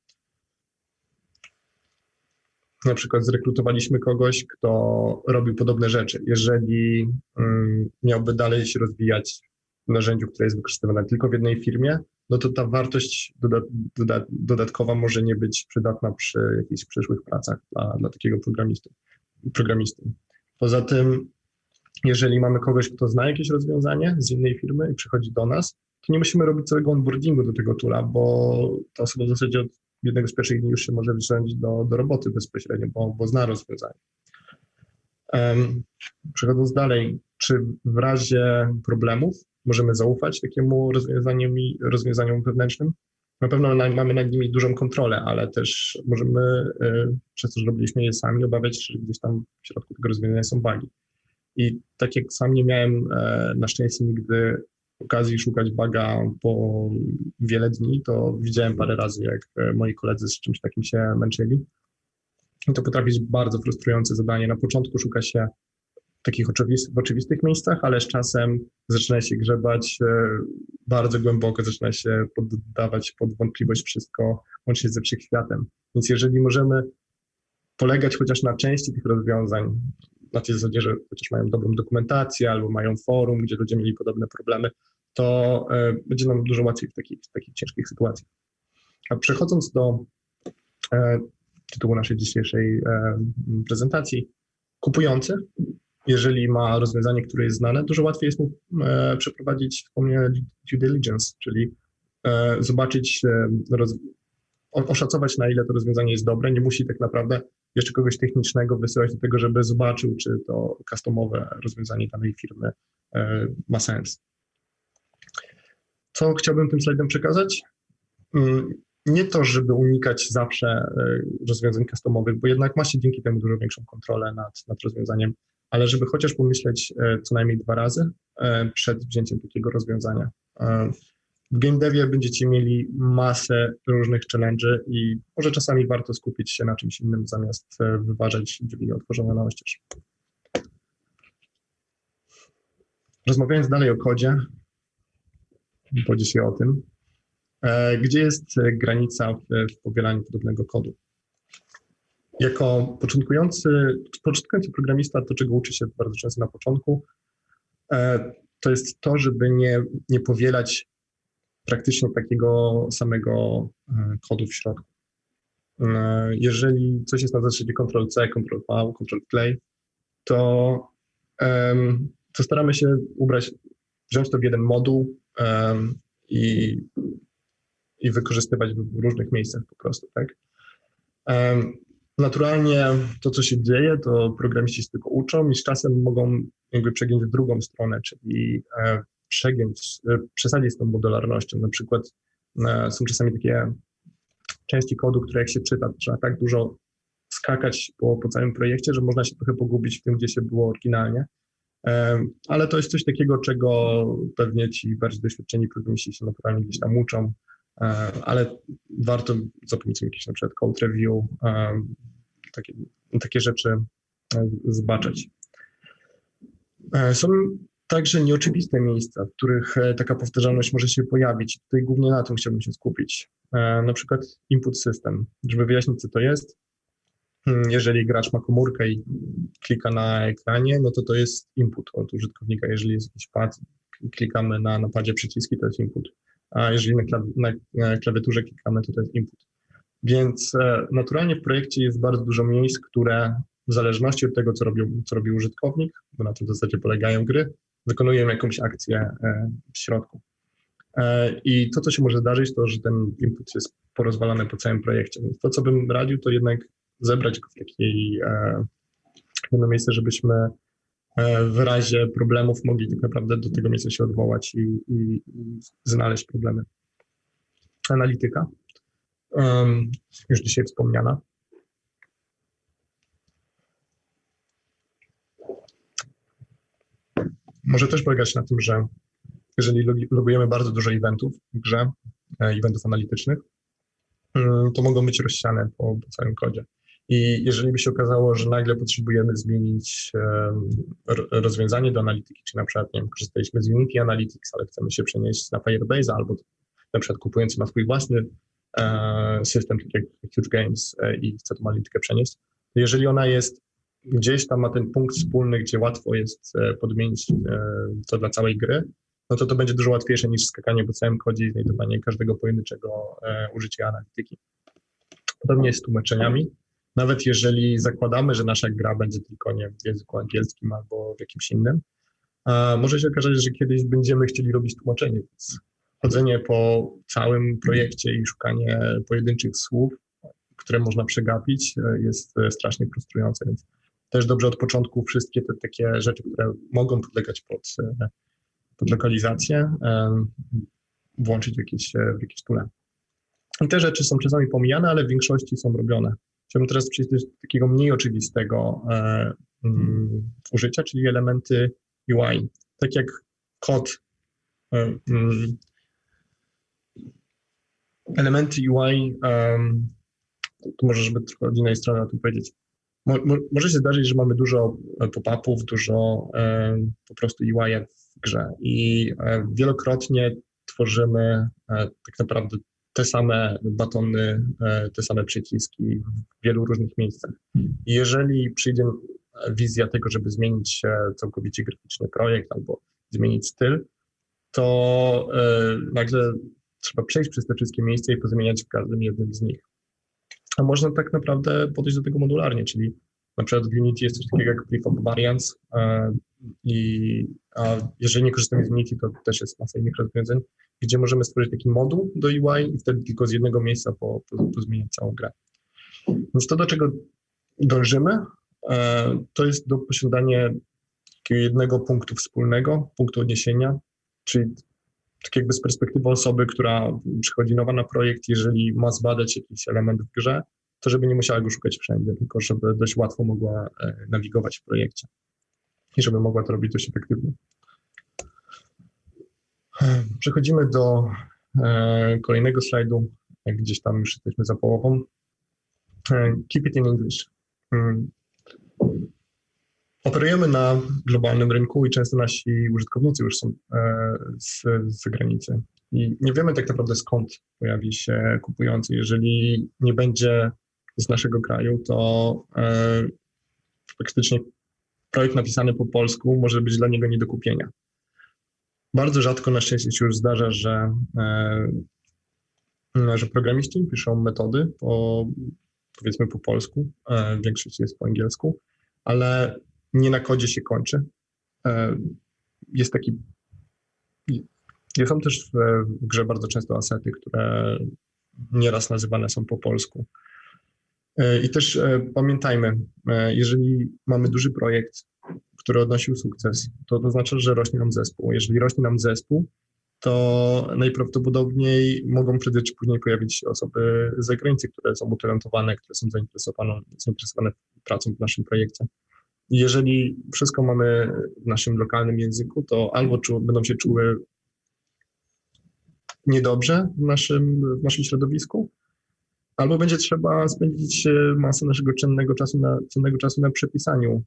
Na przykład zrekrutowaliśmy kogoś, kto robił podobne rzeczy. Jeżeli miałby dalej się rozwijać w narzędziu, które jest wykorzystywane tylko w jednej firmie, no to ta wartość dodatkowa może nie być przydatna przy jakichś przyszłych pracach dla takiego programisty. Poza tym, jeżeli mamy kogoś, kto zna jakieś rozwiązanie z innej firmy i przychodzi do nas, to nie musimy robić całego onboardingu do tego toola, bo ta osoba w zasadzie od jednego z pierwszych dni już się może wziąć do roboty bezpośrednio, bo zna rozwiązanie. Przechodząc dalej, czy w razie problemów możemy zaufać takiemu rozwiązaniom wewnętrznym? Na pewno mamy nad nimi dużą kontrolę, ale też możemy, przez to, że robiliśmy je sami, obawiać się, że gdzieś tam w środku tego rozwiązania są bugi. I tak jak sam nie miałem na szczęście nigdy okazji szukać buga po wiele dni, to widziałem parę razy, jak moi koledzy z czymś takim się męczyli. I to potrafi być bardzo frustrujące zadanie. Na początku szuka się w takich oczywistych miejscach, ale z czasem zaczyna się grzebać bardzo głęboko, zaczyna się poddawać pod wątpliwość wszystko, łącznie ze wszechświatem. Więc jeżeli możemy polegać chociaż na części tych rozwiązań, na tej zasadzie, że chociaż mają dobrą dokumentację albo mają forum, gdzie ludzie mieli podobne problemy, to będzie nam dużo łatwiej w takich ciężkich sytuacjach. A przechodząc do tytułu naszej dzisiejszej prezentacji, kupujący, jeżeli ma rozwiązanie, które jest znane, dużo łatwiej jest mu przeprowadzić wspomniane due diligence, czyli zobaczyć, oszacować, na ile to rozwiązanie jest dobre. Nie musi tak naprawdę jeszcze kogoś technicznego wysyłać do tego, żeby zobaczył, czy to customowe rozwiązanie danej firmy ma sens. Co chciałbym tym slajdem przekazać? Nie to, żeby unikać zawsze rozwiązań customowych, bo jednak ma się dzięki temu dużo większą kontrolę nad rozwiązaniem, ale żeby chociaż pomyśleć co najmniej 2 razy przed wzięciem takiego rozwiązania. W game devie będziecie mieli masę różnych challenge'y i może czasami warto skupić się na czymś innym, zamiast wyważać drzwi otworzone na oścież. Rozmawiając dalej o kodzie, powiedzie się o tym, gdzie jest granica w powielaniu podobnego kodu. Jako początkujący programista, to czego uczy się bardzo często na początku, to jest to, żeby nie powielać praktycznie takiego samego kodu w środku. Jeżeli coś jest na zasadzie Ctrl-C, Ctrl-V, Ctrl-Play, to to staramy się wziąć to w jeden moduł i wykorzystywać w różnych miejscach po prostu, tak? Naturalnie to, co się dzieje, to programiści się tylko uczą i z czasem mogą jakby przegiąć w drugą stronę, czyli przesadzić z tą modularnością. Na przykład są czasami takie części kodu, które jak się czyta, trzeba tak dużo skakać po całym projekcie, że można się trochę pogubić w tym, gdzie się było oryginalnie. Ale to jest coś takiego, czego pewnie ci bardziej doświadczeni programiści się naturalnie gdzieś tam uczą, ale warto za pomocą jakichś na przykład code review takie rzeczy zobaczyć. Są także nieoczywiste miejsca, w których taka powtarzalność może się pojawić. Tutaj głównie na tym chciałbym się skupić. Na przykład input system. Żeby wyjaśnić, co to jest, jeżeli gracz ma komórkę i klika na ekranie, no to jest input od użytkownika. Jeżeli jest jakiś pad, klikamy na padzie przyciski, to jest input. A jeżeli na klawiaturze klikamy, to jest input. Więc naturalnie w projekcie jest bardzo dużo miejsc, które w zależności od tego, co robi użytkownik, bo na tym w zasadzie polegają gry, wykonują jakąś akcję w środku. I to, co się może zdarzyć, to, że ten input jest porozwalany po całym projekcie. Więc to, co bym radził, to jednak zebrać go w takiej jedno miejsce, żebyśmy w razie problemów mogli tak naprawdę do tego miejsca się odwołać i znaleźć problemy. Analityka, już dzisiaj wspomniana. Może też polegać na tym, że jeżeli logujemy bardzo dużo eventów w grze, eventów analitycznych, to mogą być rozsiane po całym kodzie. I jeżeli by się okazało, że nagle potrzebujemy zmienić rozwiązanie do analityki, czy na przykład, nie wiem, korzystaliśmy z Unity Analytics, ale chcemy się przenieść na Firebase, albo na przykład kupując na swój własny system, tak jak Huge Games i chce tą analitykę przenieść, to jeżeli ona jest gdzieś tam, ma ten punkt wspólny, gdzie łatwo jest podmienić to dla całej gry, no to będzie dużo łatwiejsze niż skakanie po całym kodzie i znajdowanie każdego pojedynczego użycia analityki. Podobnie jest z tłumaczeniami. Nawet jeżeli zakładamy, że nasza gra będzie tylko nie w języku angielskim albo w jakimś innym, może się okazać, że kiedyś będziemy chcieli robić tłumaczenie, więc chodzenie po całym projekcie i szukanie pojedynczych słów, które można przegapić, jest strasznie frustrujące, więc też dobrze od początku wszystkie te takie rzeczy, które mogą podlegać pod lokalizację, włączyć w jakieś tule. I te rzeczy są czasami pomijane, ale w większości są robione. Chciałbym teraz przejść do takiego mniej oczywistego użycia, czyli elementy UI. Tak jak kod, elementy UI, to może, żeby trochę od innej strony o tym powiedzieć. Może się zdarzyć, że mamy dużo pop-upów, dużo po prostu UI w grze i wielokrotnie tworzymy tak naprawdę te same batony, te same przyciski w wielu różnych miejscach. I jeżeli przyjdzie wizja tego, żeby zmienić całkowicie graficznie projekt albo zmienić styl, to nagle trzeba przejść przez te wszystkie miejsca i pozmieniać w każdym jednym z nich. A można tak naprawdę podejść do tego modularnie, czyli na przykład w Unity jest coś takiego jak prefab variants a jeżeli nie korzystamy z Unity, to też jest masa innych rozwiązań, gdzie możemy stworzyć taki moduł do UI i wtedy tylko z jednego miejsca pozmieniać całą grę. Więc to, do czego dążymy, to jest do posiadania takiego jednego punktu wspólnego, punktu odniesienia, czyli tak jakby z perspektywy osoby, która przychodzi nowa na projekt, jeżeli ma zbadać jakiś element w grze, to żeby nie musiała go szukać wszędzie, tylko żeby dość łatwo mogła nawigować w projekcie i żeby mogła to robić dość efektywnie. Przechodzimy do kolejnego slajdu, gdzieś tam już jesteśmy za połową. Keep it in English. Operujemy na globalnym rynku i często nasi użytkownicy już są z zagranicy. I nie wiemy tak naprawdę skąd pojawi się kupujący. Jeżeli nie będzie z naszego kraju, to faktycznie projekt napisany po polsku może być dla niego nie do kupienia. Bardzo rzadko na szczęście się już zdarza, że programiści piszą metody powiedzmy po polsku, większość jest po angielsku, ale nie na kodzie się kończy. jest taki, są też w grze bardzo często asety, które nieraz nazywane są po polsku. I też pamiętajmy, jeżeli mamy duży projekt, który odnosił sukces, to oznacza, że rośnie nam zespół. Jeżeli rośnie nam zespół, to najprawdopodobniej mogą prędzej czy później pojawić się osoby z zagranicy, które są utalentowane, które są zainteresowane pracą w naszym projekcie. Jeżeli wszystko mamy w naszym lokalnym języku, to albo będą się czuły niedobrze w naszym środowisku, albo będzie trzeba spędzić masę naszego cennego czasu na przepisaniu,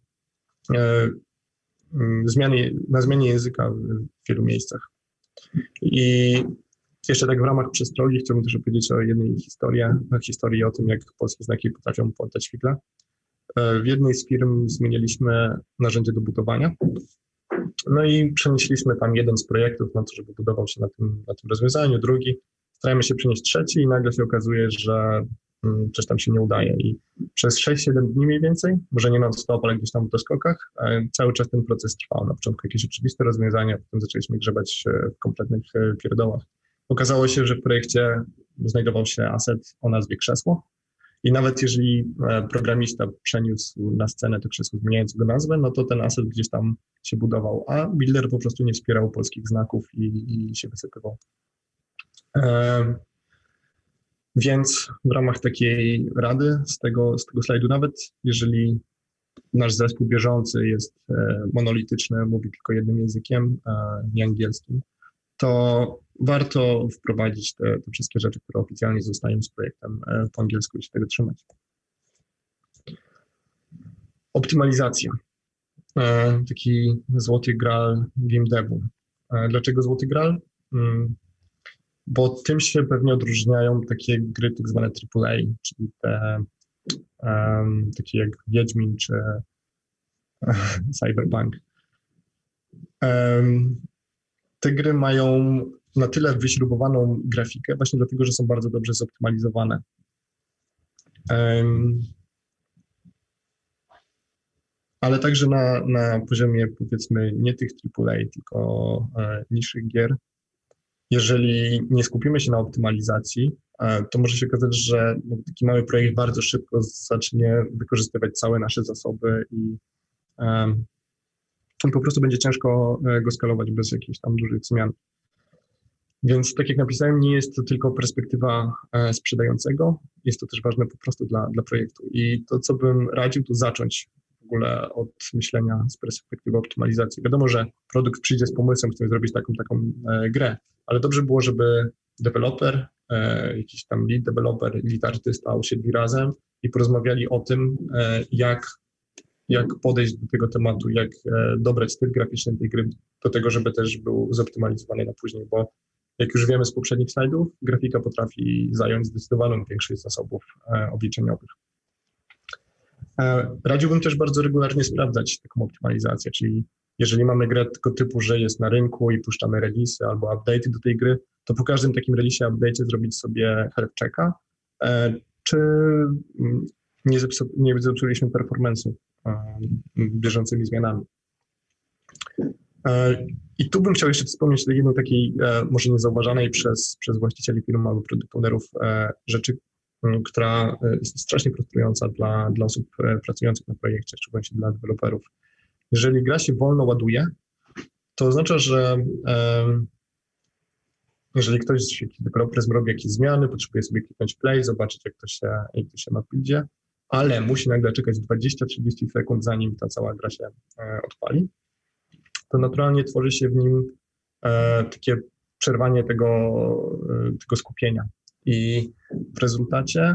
na zmianie języka w wielu miejscach. I jeszcze tak w ramach przestrogi chciałbym też opowiedzieć o jednej historii o tym, jak polskie znaki potrafią poddać figle. W jednej z firm zmieniliśmy narzędzie do budowania, no i przenieśliśmy tam jeden z projektów na to, żeby budował się na tym rozwiązaniu, drugi. Staramy się przenieść trzeci i nagle się okazuje, że coś tam się nie udaje i przez 6-7 dni mniej więcej, może nie non-stop, ale gdzieś tam w doskokach, cały czas ten proces trwał. Na początku jakieś oczywiste rozwiązania, potem zaczęliśmy grzebać w kompletnych pierdołach. Okazało się, że w projekcie znajdował się aset o nazwie krzesło i nawet jeżeli programista przeniósł na scenę to krzesło zmieniając go nazwę, no to ten aset gdzieś tam się budował, a builder po prostu nie wspierał polskich znaków i się wysypywał. Więc w ramach takiej rady z tego slajdu, nawet jeżeli nasz zespół bieżący jest monolityczny, mówi tylko jednym językiem, nie angielskim, to warto wprowadzić te wszystkie rzeczy, które oficjalnie zostają z projektem po angielsku i się tego trzymać. Optymalizacja. Taki złoty graal Vim Devu. Dlaczego złoty graal? Bo tym się pewnie odróżniają takie gry tak zwane AAA, czyli te takie jak Wiedźmin czy Cyberpunk. Te gry mają na tyle wyśrubowaną grafikę, właśnie dlatego, że są bardzo dobrze zoptymalizowane. Ale także na poziomie, powiedzmy, nie tych AAA, tylko niższych gier, jeżeli nie skupimy się na optymalizacji, to może się okazać, że taki mały projekt bardzo szybko zacznie wykorzystywać całe nasze zasoby i po prostu będzie ciężko go skalować bez jakichś tam dużych zmian. Więc tak jak napisałem, nie jest to tylko perspektywa sprzedającego, jest to też ważne po prostu dla projektu. I to, co bym radził, to zacząć w ogóle od myślenia z perspektywy optymalizacji. Wiadomo, że produkt przyjdzie z pomysłem, chce zrobić taką grę, ale dobrze było, żeby deweloper, jakiś tam lead developer, lead artysta usiedli razem i porozmawiali o tym, jak podejść do tego tematu, jak dobrać styl graficzny tej gry do tego, żeby też był zoptymalizowany na później, bo jak już wiemy z poprzednich slajdów, grafika potrafi zająć zdecydowaną większość zasobów obliczeniowych. Radziłbym też bardzo regularnie sprawdzać taką optymalizację, czyli jeżeli mamy grę tego typu, że jest na rynku i puszczamy release'y albo update'y do tej gry, to po każdym takim release'ie, update'cie zrobić sobie health checka, czy nie zepsuliśmy performance'u bieżącymi zmianami. I tu bym chciał jeszcze wspomnieć o jednej takiej, może niezauważanej przez właścicieli firm albo product ownerów rzeczy, która jest strasznie frustrująca dla osób pracujących na projekcie, szczególnie dla deweloperów. Jeżeli gra się wolno ładuje, to oznacza, że jeżeli ktoś, jakiś deweloper zrobi jakieś zmiany, potrzebuje sobie kliknąć play, zobaczyć jak to się ma w buildzie, ale musi nagle czekać 20-30 sekund, zanim ta cała gra się odpali, to naturalnie tworzy się w nim takie przerwanie tego skupienia. I w rezultacie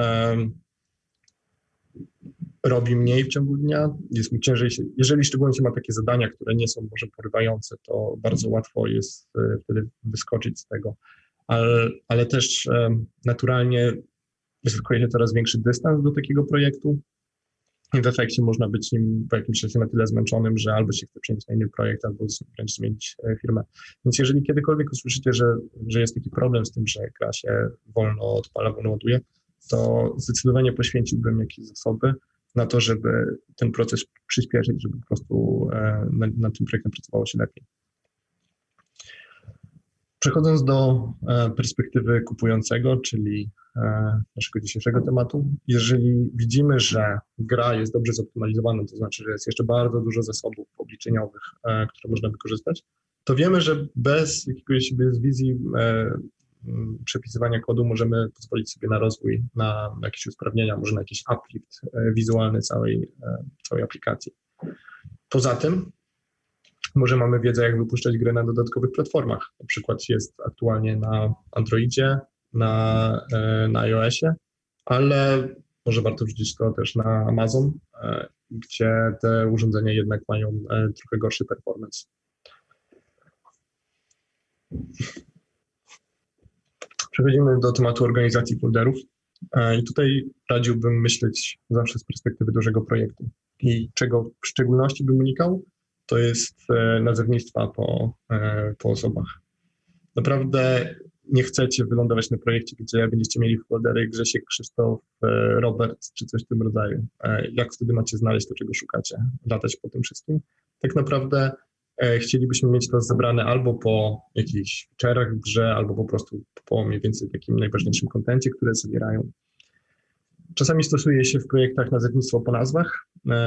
robi mniej w ciągu dnia, jest mu ciężej jeżeli szczególnie się ma takie zadania, które nie są może porywające, to bardzo łatwo jest wtedy wyskoczyć z tego. Ale też naturalnie zyskuje się coraz większy dystans do takiego projektu i w efekcie można być nim po jakimś czasie na tyle zmęczonym, że albo się chce przenieść na inny projekt, albo wręcz zmienić firmę. Więc jeżeli kiedykolwiek usłyszycie, że jest taki problem z tym, że gra się wolno odpala, wolno ładuje, to zdecydowanie poświęciłbym jakieś zasoby na to, żeby ten proces przyspieszyć, żeby po prostu nad tym projektem pracowało się lepiej. Przechodząc do perspektywy kupującego, czyli naszego dzisiejszego tematu, jeżeli widzimy, że gra jest dobrze zoptymalizowana, to znaczy, że jest jeszcze bardzo dużo zasobów obliczeniowych, które można wykorzystać, to wiemy, że bez jakiegoś wizji przepisywania kodu możemy pozwolić sobie na rozwój, na jakieś usprawnienia, może na jakiś uplift wizualny całej aplikacji. Poza tym, może mamy wiedzę, jak wypuszczać grę na dodatkowych platformach. Na przykład jest aktualnie na Androidzie, na iOSie, ale może warto wrzucić to też na Amazon, gdzie te urządzenia jednak mają trochę gorszy performance. Przechodzimy do tematu organizacji folderów. I tutaj radziłbym myśleć zawsze z perspektywy dużego projektu. I czego w szczególności bym unikał, to jest nazewnictwa po osobach. Naprawdę nie chcecie wylądować na projekcie, gdzie będziecie mieli foldery Grzesiek, Krzysztof, Robert czy coś w tym rodzaju. Jak wtedy macie znaleźć to, czego szukacie, latać po tym wszystkim? Tak naprawdę chcielibyśmy mieć to zebrane albo po jakichś feature'ach w grze, albo po prostu po mniej więcej takim najważniejszym kontencie, które zawierają. Czasami stosuje się w projektach nazewnictwo po nazwach,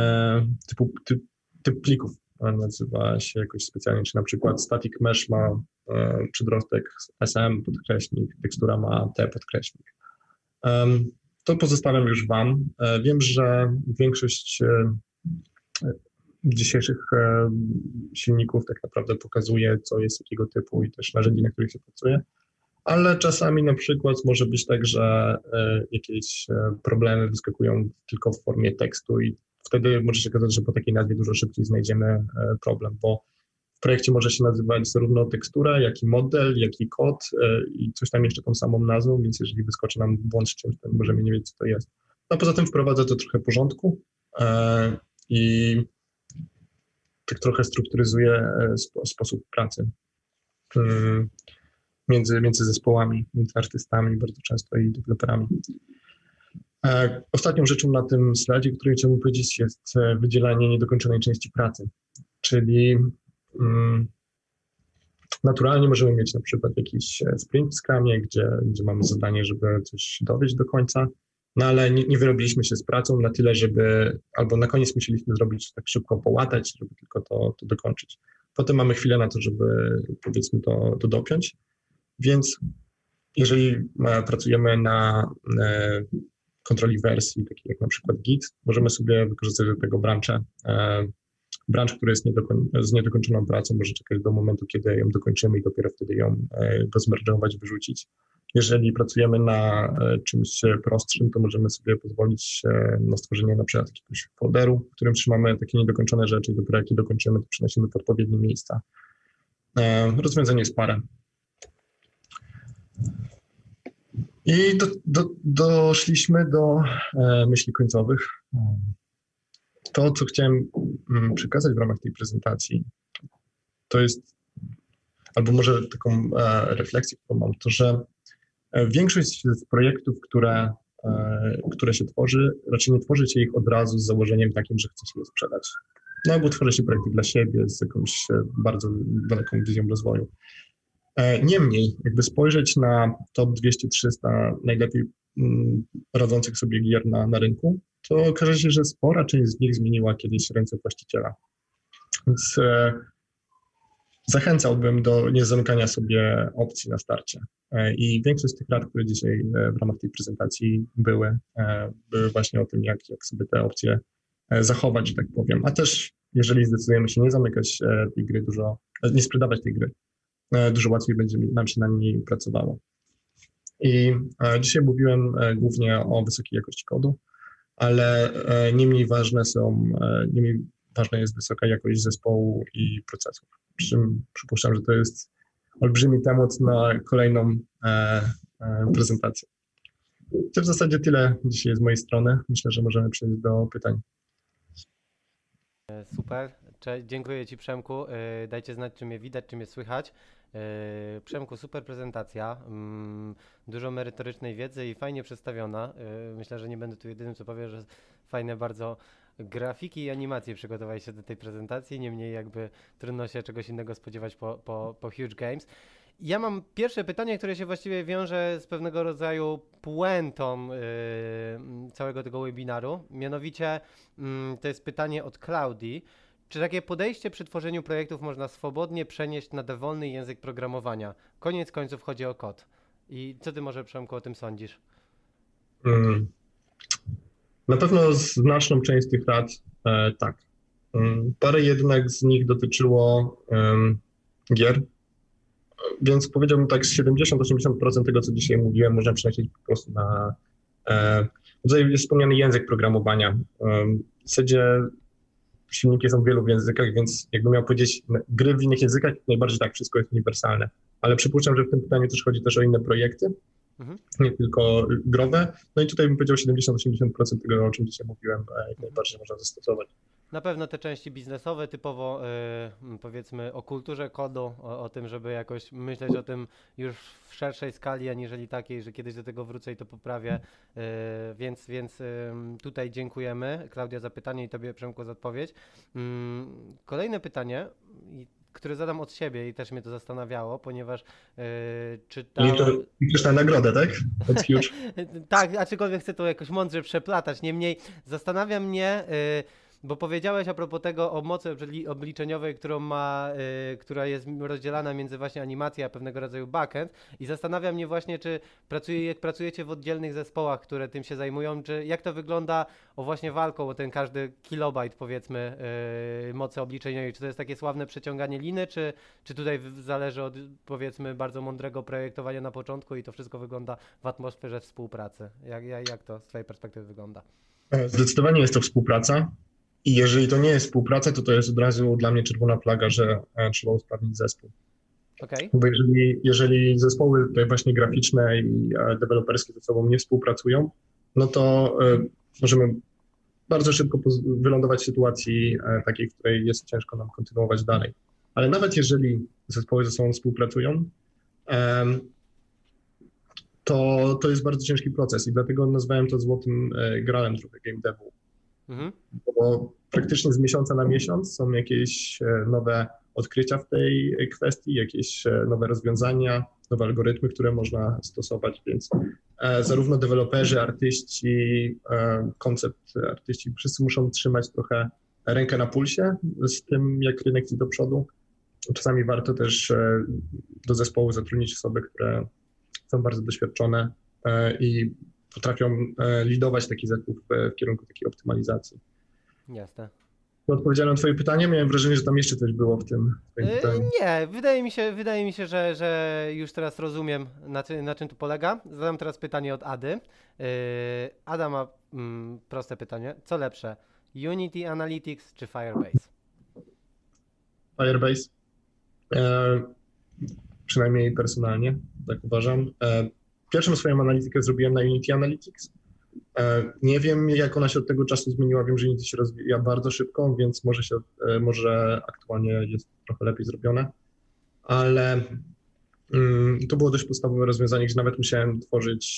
typ plików nazywa się jakoś specjalnie, czy na przykład static mesh ma przedrostek SM podkreśnik, tekstura ma T podkreśnik. To pozostawiam już Wam. Wiem, że większość dzisiejszych silników tak naprawdę pokazuje, co jest jakiego typu i też narzędzi, na których się pracuje, ale czasami na przykład może być tak, że jakieś problemy wyskakują tylko w formie tekstu i wtedy może się okazać, że po takiej nazwie dużo szybciej znajdziemy problem, bo w projekcie może się nazywać zarówno tekstura, jak i model, jak i kod i coś tam jeszcze tą samą nazwą, więc jeżeli wyskoczy nam błąd z czymś, to możemy nie wiedzieć, co to jest. No poza tym wprowadza to trochę porządku i tak trochę strukturyzuje sposób pracy między zespołami, między artystami bardzo często i deweloperami. Ostatnią rzeczą na tym slajdzie, o której chciałbym powiedzieć, jest wydzielanie niedokończonej części pracy, czyli naturalnie możemy mieć na przykład jakiś sprint w Scrumie, gdzie mamy zadanie, żeby coś dowieść do końca, no ale nie wyrobiliśmy się z pracą na tyle, żeby, albo na koniec musieliśmy zrobić tak szybko połatać, żeby tylko to dokończyć. Potem mamy chwilę na to, żeby powiedzmy to dopiąć, więc jeżeli pracujemy na kontroli wersji, takiej jak na przykład Git, możemy sobie wykorzystać do tego branche. Branch, który jest z niedokończoną pracą, może czekać do momentu, kiedy ją dokończymy i dopiero wtedy ją go zmerdżować, wyrzucić. Jeżeli pracujemy na czymś prostszym, to możemy sobie pozwolić na stworzenie na przykład jakiegoś folderu, w którym trzymamy takie niedokończone rzeczy i dopiero jak je dokończymy, to przenosimy w odpowiednie miejsca. Rozwiązanie jest parę. I doszliśmy do myśli końcowych. To, co chciałem przekazać w ramach tej prezentacji, to jest, albo może taką refleksję, którą mam, to, że większość z projektów, które się tworzy, raczej nie tworzy się ich od razu z założeniem takim, że chce się je sprzedać. No, albo tworzy się projekty dla siebie z jakąś bardzo daleką wizją rozwoju. Niemniej, jakby spojrzeć na top 200-300 najlepiej radzących sobie gier na rynku, to okaże się, że spora część z nich zmieniła kiedyś ręce właściciela. Więc zachęcałbym do niezamykania sobie opcji na starcie. I większość z tych rad, które dzisiaj w ramach tej prezentacji były właśnie o tym, jak sobie te opcje zachować, że tak powiem. A też, jeżeli zdecydujemy się nie zamykać tej gry nie sprzedawać tej gry, dużo łatwiej będzie nam się na niej pracowało. I dzisiaj mówiłem głównie o wysokiej jakości kodu, ale nie mniej ważna jest wysoka jakość zespołu i procesów. Przy czym przypuszczam, że to jest olbrzymi temat na kolejną prezentację. To w zasadzie tyle dzisiaj z mojej strony. Myślę, że możemy przejść do pytań. Super. Dziękuję Ci, Przemku. Dajcie znać, czy mnie widać, czy mnie słychać. Przemku, super prezentacja, dużo merytorycznej wiedzy i fajnie przedstawiona. Myślę, że nie będę tu jedynym, co powie, że fajne bardzo grafiki i animacje przygotowałeś się do tej prezentacji, niemniej jakby trudno się czegoś innego spodziewać po Huge Games. Ja mam pierwsze pytanie, które się właściwie wiąże z pewnego rodzaju puentą całego tego webinaru. Mianowicie to jest pytanie od Klaudii. Czy takie podejście przy tworzeniu projektów można swobodnie przenieść na dowolny język programowania? Koniec końców chodzi o kod. I co ty może, Przemku, o tym sądzisz? Mm. Na pewno znaczną część tych rad tak. Parę jednak z nich dotyczyło gier, więc powiedziałbym tak, z 70-80% tego, co dzisiaj mówiłem, można przenosić po prostu na tutaj jest wspomniany język programowania. W zasadzie silniki są w wielu językach, więc jakbym miał powiedzieć gry w innych językach, najbardziej tak, wszystko jest uniwersalne. Ale przypuszczam, że w tym pytaniu też chodzi też o inne projekty, nie tylko growe. No i tutaj bym powiedział 70-80% tego, o czym dzisiaj mówiłem, jak najbardziej można zastosować. Na pewno te części biznesowe, typowo powiedzmy o kulturze kodu, o tym, żeby jakoś myśleć o tym już w szerszej skali, aniżeli takiej, że kiedyś do tego wrócę i to poprawię. Więc tutaj dziękujemy, Klaudia, za pytanie i tobie, Przemku, za odpowiedź. Kolejne pytanie, które zadam od siebie i też mnie to zastanawiało, ponieważ czytałem... I to liczysz na nagrodę, tak? Od Huge. Tak, aczkolwiek chcę to jakoś mądrze przeplatać. Niemniej zastanawia mnie, bo powiedziałeś a propos tego o mocy obliczeniowej, która jest rozdzielana między właśnie animację a pewnego rodzaju backend, i zastanawia mnie właśnie, czy pracujecie w oddzielnych zespołach, które tym się zajmują, czy jak to wygląda właśnie walką o ten każdy kilobajt, powiedzmy, mocy obliczeniowej. Czy to jest takie sławne przeciąganie liny, czy tutaj zależy od, powiedzmy, bardzo mądrego projektowania na początku i to wszystko wygląda w atmosferze współpracy? Jak to z twojej perspektywy wygląda? Zdecydowanie jest to współpraca. I jeżeli to nie jest współpraca, to jest od razu dla mnie czerwona flaga, że trzeba usprawnić zespół. Okay. Bo jeżeli zespoły tutaj właśnie graficzne i deweloperskie ze sobą nie współpracują, no to możemy bardzo szybko wylądować w sytuacji takiej, w której jest ciężko nam kontynuować dalej. Ale nawet jeżeli zespoły ze sobą współpracują, to jest bardzo ciężki proces i dlatego nazwałem to złotym gralem trochę game devu. Bo praktycznie z miesiąca na miesiąc są jakieś nowe odkrycia w tej kwestii, jakieś nowe rozwiązania, nowe algorytmy, które można stosować, więc zarówno deweloperzy, artyści, koncept artyści, wszyscy muszą trzymać trochę rękę na pulsie z tym, jak rynek idzie do przodu. Czasami warto też do zespołu zatrudnić osoby, które są bardzo doświadczone i potrafią lidować taki zespół w kierunku takiej optymalizacji. Jasne. Odpowiedziałem na twoje pytanie, miałem wrażenie, że tam jeszcze coś było w tym pytaniu. Nie, wydaje mi się, że już teraz rozumiem, na czym tu polega. Zadam teraz pytanie od Ady. Ada ma proste pytanie. Co lepsze? Unity Analytics czy Firebase? Firebase. Przynajmniej personalnie, tak uważam. Pierwszą swoją analitykę zrobiłem na Unity Analytics. Nie wiem, jak ona się od tego czasu zmieniła. Wiem, że Unity się rozwija bardzo szybko, więc może aktualnie jest trochę lepiej zrobione, ale to było dość podstawowe rozwiązanie, gdzie nawet musiałem tworzyć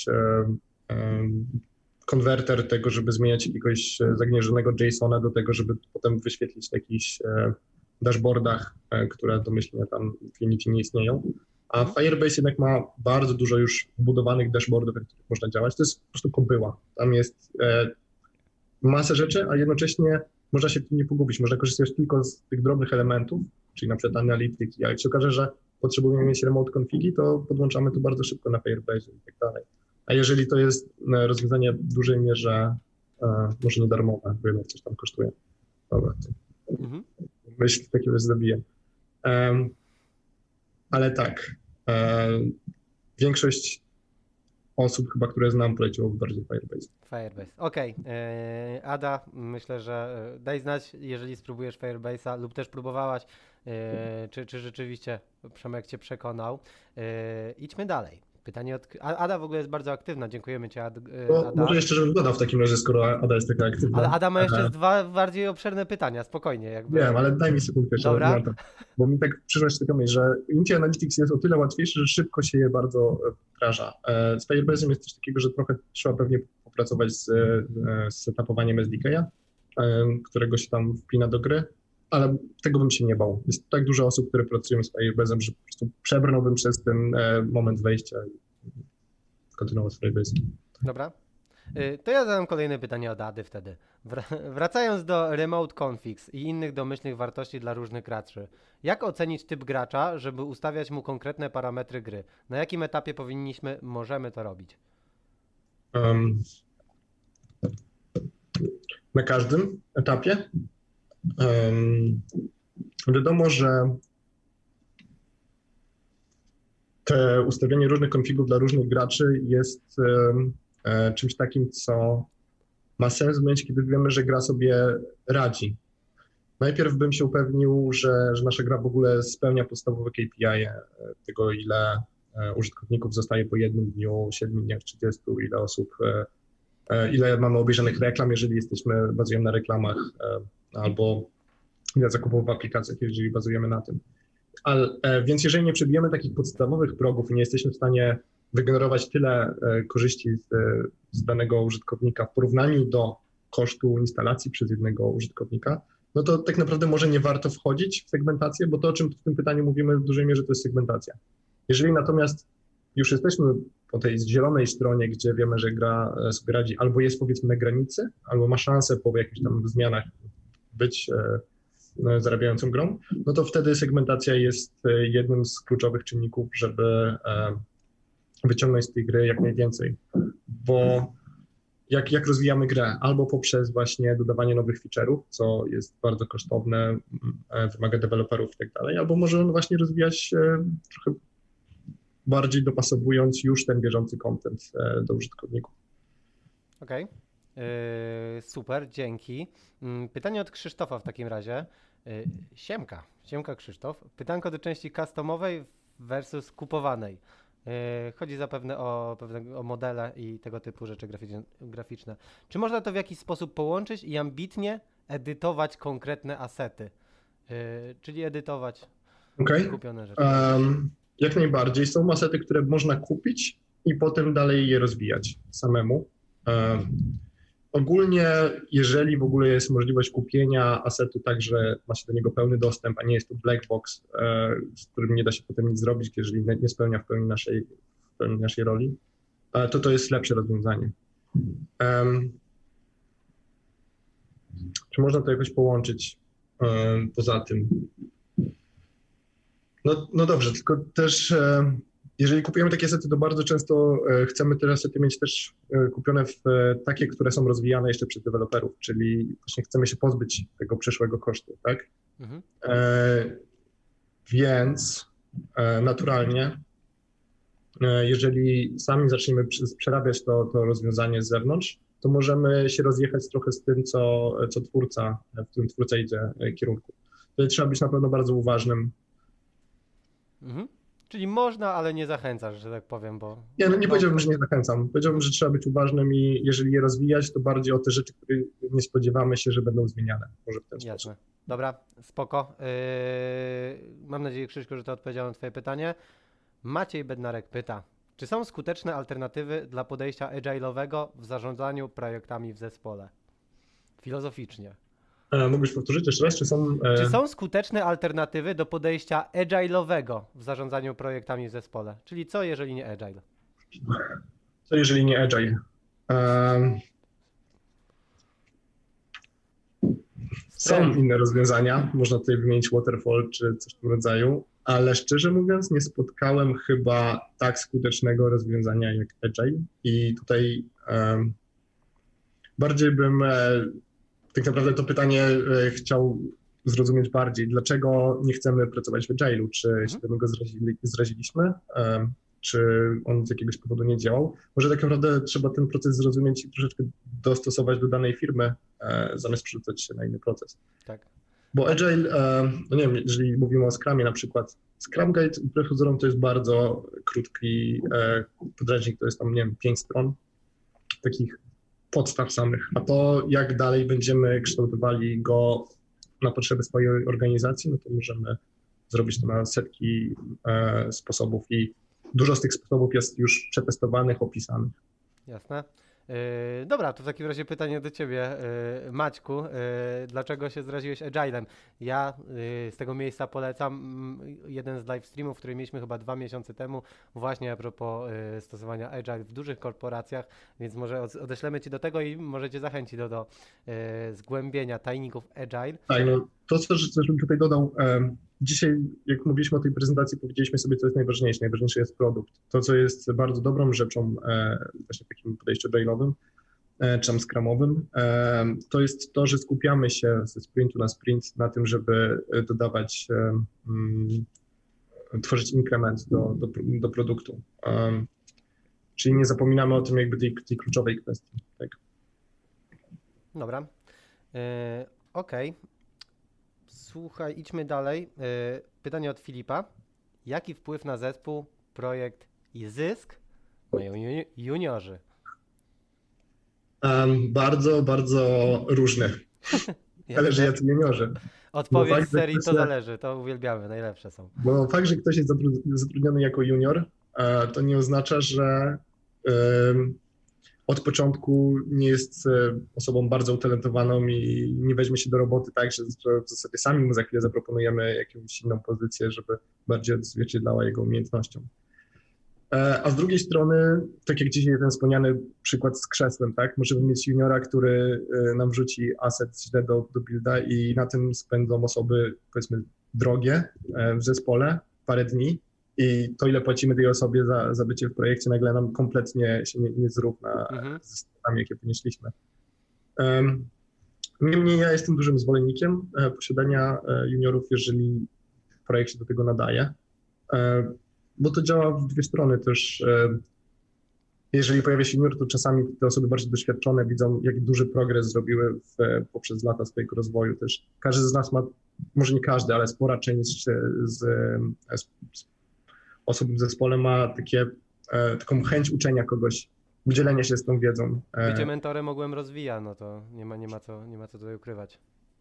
konwerter tego, żeby zmieniać jakiegoś zagnieżdżonego JSON-a do tego, żeby potem wyświetlić w jakichś dashboardach, które domyślnie tam w Unity nie istnieją. A Firebase jednak ma bardzo dużo już wbudowanych dashboardów, w których można działać. To jest po prostu kobyła. Tam jest masę rzeczy, a jednocześnie można się w tym nie pogubić. Można korzystać tylko z tych drobnych elementów, czyli na przykład Analytics. A jak się okaże, że potrzebujemy mieć remote configi, to podłączamy to bardzo szybko na Firebase i tak dalej. A jeżeli to jest rozwiązanie w dużej mierze może nie darmowe, bo jednak coś tam kosztuje. Dobra, to myśl takiego zabiję. Ale tak, większość osób chyba, które znam, poleciłoby bardziej Firebase. Firebase, okej. Ada, myślę, że daj znać, jeżeli spróbujesz Firebase'a lub też próbowałaś, czy rzeczywiście Przemek cię przekonał. Idźmy dalej. Pytanie od... Ada w ogóle jest bardzo aktywna, dziękujemy Ci, No, Ada. może jeszcze żebym dodał w takim razie, skoro Ada jest taka aktywna. Ale Ada ma jeszcze dwa bardziej obszerne pytania, spokojnie jakby. Wiem, ale daj mi sekundkę jeszcze. Dobra. na to. Bo mi tak przyszła taka myśl, że Unity Analytics jest o tyle łatwiejszy, że szybko się je bardzo wdraża. Z Firebase'em jest coś takiego, że trochę trzeba pewnie popracować z setupowaniem SDK-a, którego się tam wpina do gry, ale tego bym się nie bał. Jest tak dużo osób, które pracują z Firebase'em, że po prostu przebrnąłbym przez ten moment wejścia i kontynuował z Firebase'em. Dobra. To ja zadam kolejne pytanie od Ady wtedy. Wracając do remote configs i innych domyślnych wartości dla różnych graczy, jak ocenić typ gracza, żeby ustawiać mu konkretne parametry gry? Na jakim etapie możemy to robić? Na każdym etapie. Wiadomo, że te ustawianie różnych konfigów dla różnych graczy jest czymś takim, co ma sens w momencie, kiedy wiemy, że gra sobie radzi. Najpierw bym się upewnił, że nasza gra w ogóle spełnia podstawowe KPI tego, ile użytkowników zostaje po jednym dniu, 7 dniach, 30, ile osób, ile mamy obejrzanych reklam, jeżeli bazujemy na reklamach, albo ile zakupów w aplikacjach, jeżeli bazujemy na tym. Więc jeżeli nie przebijemy takich podstawowych progów i nie jesteśmy w stanie wygenerować tyle korzyści z danego użytkownika w porównaniu do kosztu instalacji przez jednego użytkownika, no to tak naprawdę może nie warto wchodzić w segmentację, bo to, o czym w tym pytaniu mówimy w dużej mierze, to jest segmentacja. Jeżeli natomiast już jesteśmy po tej zielonej stronie, gdzie wiemy, że gra sobie radzi, albo jest powiedzmy na granicy, albo ma szansę po jakichś tam zmianach być zarabiającą grą, no to wtedy segmentacja jest jednym z kluczowych czynników, żeby wyciągnąć z tej gry jak najwięcej, bo jak rozwijamy grę, albo poprzez właśnie dodawanie nowych feature'ów, co jest bardzo kosztowne, wymaga deweloperów i tak dalej, albo może on właśnie rozwijać trochę bardziej dopasowując już ten bieżący content do użytkowników. Okej. Super, dzięki. Pytanie od Krzysztofa w takim razie. Siemka Krzysztof. Pytanko do części customowej versus kupowanej. Chodzi zapewne o modele i tego typu rzeczy graficzne. Czy można to w jakiś sposób połączyć i ambitnie edytować konkretne asety? Czyli edytować kupione rzeczy. Jak najbardziej. Są asety, które można kupić i potem dalej je rozwijać samemu. Ogólnie, jeżeli w ogóle jest możliwość kupienia asetu tak, że ma się do niego pełny dostęp, a nie jest to black box, z którym nie da się potem nic zrobić, jeżeli nie spełnia w pełni naszej roli, to jest lepsze rozwiązanie. Czy można to jakoś połączyć poza tym? No dobrze, tylko też jeżeli kupujemy takie asety, to bardzo często chcemy te asety mieć też kupione w takie, które są rozwijane jeszcze przez deweloperów, czyli właśnie chcemy się pozbyć tego przyszłego kosztu, tak? Mhm. Więc naturalnie, jeżeli sami zaczniemy przerabiać to rozwiązanie z zewnątrz, to możemy się rozjechać trochę z tym, w którym twórca idzie kierunku. Tutaj trzeba być na pewno bardzo uważnym. Mhm. Czyli można, ale nie zachęcasz, że tak powiem, bo... Nie powiedziałbym, że nie zachęcam. Powiedziałbym, że trzeba być uważnym i jeżeli je rozwijać, to bardziej o te rzeczy, które nie spodziewamy się, że będą zmieniane. Może w ten sposób. Dobra, spoko. Mam nadzieję, Krzyśku, że to odpowiedziałem na twoje pytanie. Maciej Bednarek pyta, czy są skuteczne alternatywy dla podejścia agile'owego w zarządzaniu projektami w zespole? Filozoficznie. Mógłbyś powtórzyć jeszcze raz, Czy są skuteczne alternatywy do podejścia agile'owego w zarządzaniu projektami w zespole? Czyli co, jeżeli nie agile? Co, jeżeli nie agile? Są inne rozwiązania, można tutaj wymienić waterfall czy coś w tym rodzaju, ale szczerze mówiąc nie spotkałem chyba tak skutecznego rozwiązania jak agile i tutaj bardziej bym tak naprawdę to pytanie chciał zrozumieć bardziej. Dlaczego nie chcemy pracować w agile'u? Czy się do niego zraziliśmy? Czy on z jakiegoś powodu nie działał? Może tak naprawdę trzeba ten proces zrozumieć i troszeczkę dostosować do danej firmy, zamiast przerzucać się na inny proces. Tak. Bo Agile, no nie wiem, jeżeli mówimy o Scrumie na przykład, Scrum Guide wbrew pozorom to jest bardzo krótki podręcznik, to jest tam, nie wiem, 5 stron takich podstaw samych, a to jak dalej będziemy kształtowali go na potrzeby swojej organizacji, no to możemy zrobić to na setki sposobów i dużo z tych sposobów jest już przetestowanych, opisanych. Jasne. Dobra, to w takim razie pytanie do Ciebie, Maćku. Dlaczego się zraziłeś Agilem? Ja z tego miejsca polecam jeden z live streamów, który mieliśmy chyba 2 miesiące temu, właśnie a propos stosowania Agile w dużych korporacjach, więc może odeślemy Ci do tego i może Cię zachęci do zgłębienia tajników Agile. Tak, no to coś bym tutaj dodał. Dzisiaj, jak mówiliśmy o tej prezentacji, powiedzieliśmy sobie, co jest najważniejsze. Najważniejszy jest produkt. To, co jest bardzo dobrą rzeczą właśnie w takim podejściu agile'owym, czy tam scrumowym, to jest to, że skupiamy się ze sprintu na sprint na tym, żeby dodawać, tworzyć inkrement do produktu. Czyli nie zapominamy o tym jakby tej kluczowej kwestii. Tak. Dobra. Okej. Słuchaj, idźmy dalej. Pytanie od Filipa. Jaki wpływ na zespół, projekt i zysk mają juniorzy? Bardzo, bardzo różne. Zależy jacy juniorzy. Odpowiedź fakt, z serii że to ktoś- zależy, to uwielbiamy, najlepsze są. Bo fakt, że ktoś jest zatrudniony jako junior, to nie oznacza, że od początku nie jest osobą bardzo utalentowaną i nie weźmie się do roboty tak, że w zasadzie sami mu za chwilę zaproponujemy jakąś inną pozycję, żeby bardziej odzwierciedlała jego umiejętnościom. A z drugiej strony, tak jak dzisiaj ten wspomniany przykład z krzesłem, tak? Możemy mieć juniora, który nam wrzuci asset źle do builda i na tym spędzą osoby, powiedzmy, drogie w zespole parę dni i to, ile płacimy tej osobie za bycie w projekcie, nagle nam kompletnie się nie zrówna ze stratami, jakie ponieśliśmy. Niemniej ja jestem dużym zwolennikiem posiadania juniorów, jeżeli projekt się do tego nadaje. Bo to działa w dwie strony też. Jeżeli pojawia się junior, to czasami te osoby bardziej doświadczone widzą, jak duży progres zrobiły poprzez lata swojego rozwoju też. Każdy z nas ma, może nie każdy, ale spora część z osób w zespole ma taką chęć uczenia kogoś, dzielenia się z tą wiedzą. Bycie mentorem ogółem rozwija, no to nie ma co tutaj ukrywać.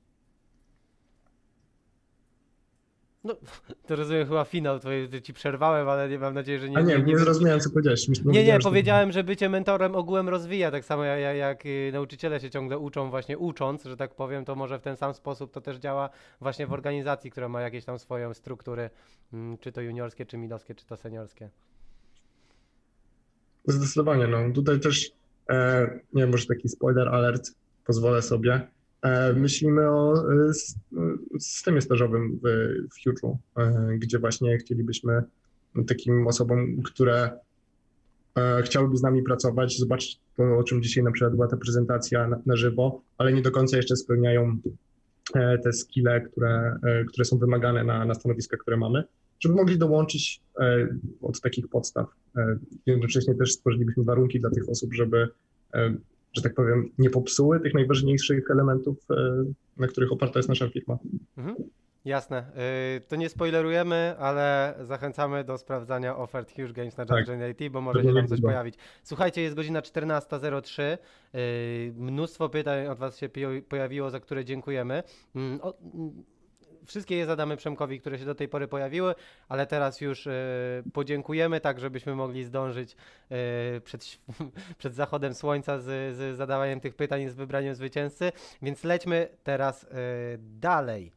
No, to rozumiem chyba finał, ci przerwałem, ale mam nadzieję, że nie... A nie zrozumiałem, co powiedziałeś. Nie, powiedziałem, że bycie mentorem ogółem rozwija, tak samo jak nauczyciele się ciągle uczą, właśnie ucząc, że tak powiem, to może w ten sam sposób to też działa właśnie w organizacji, która ma jakieś tam swoją struktury, czy to juniorskie, czy midowskie, czy to seniorskie. Zdecydowanie, no tutaj też, nie wiem, może taki spoiler alert, pozwolę sobie. Myślimy o systemie stażowym w Huge'u, gdzie właśnie chcielibyśmy takim osobom, które chciałyby z nami pracować, zobaczyć to, o czym dzisiaj na przykład była ta prezentacja na żywo, ale nie do końca jeszcze spełniają te skille, które są wymagane na stanowiska, które mamy, żeby mogli dołączyć od takich podstaw. Jednocześnie też stworzylibyśmy warunki dla tych osób, żeby, że tak powiem, nie popsuły tych najważniejszych elementów, na których oparta jest nasza firma. Jasne. To nie spoilerujemy, ale zachęcamy do sprawdzania ofert Huge Games na Jungle IT, bo może się tam coś pojawić. Słuchajcie, jest godzina 14:03. Mnóstwo pytań od Was się pojawiło, za które dziękujemy. Wszystkie je zadamy Przemkowi, które się do tej pory pojawiły, ale teraz już podziękujemy, tak żebyśmy mogli zdążyć przed zachodem słońca z zadawaniem tych pytań i z wybraniem zwycięzcy, więc lećmy teraz dalej.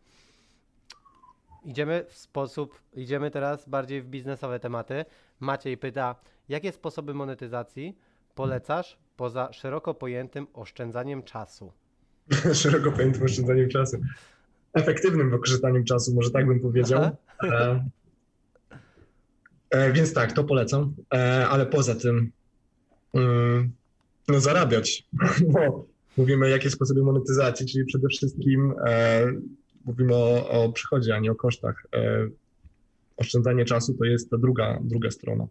Idziemy teraz bardziej w biznesowe tematy. Maciej pyta, jakie sposoby monetyzacji polecasz poza szeroko pojętym oszczędzaniem czasu? Szeroko pojętym oszczędzaniem czasu. Efektywnym wykorzystaniem czasu, może tak bym powiedział. Więc tak, to polecam, ale poza tym no zarabiać, bo mówimy jakie sposoby monetyzacji, czyli przede wszystkim mówimy o przychodzie, a nie o kosztach. Oszczędzanie czasu to jest ta druga strona.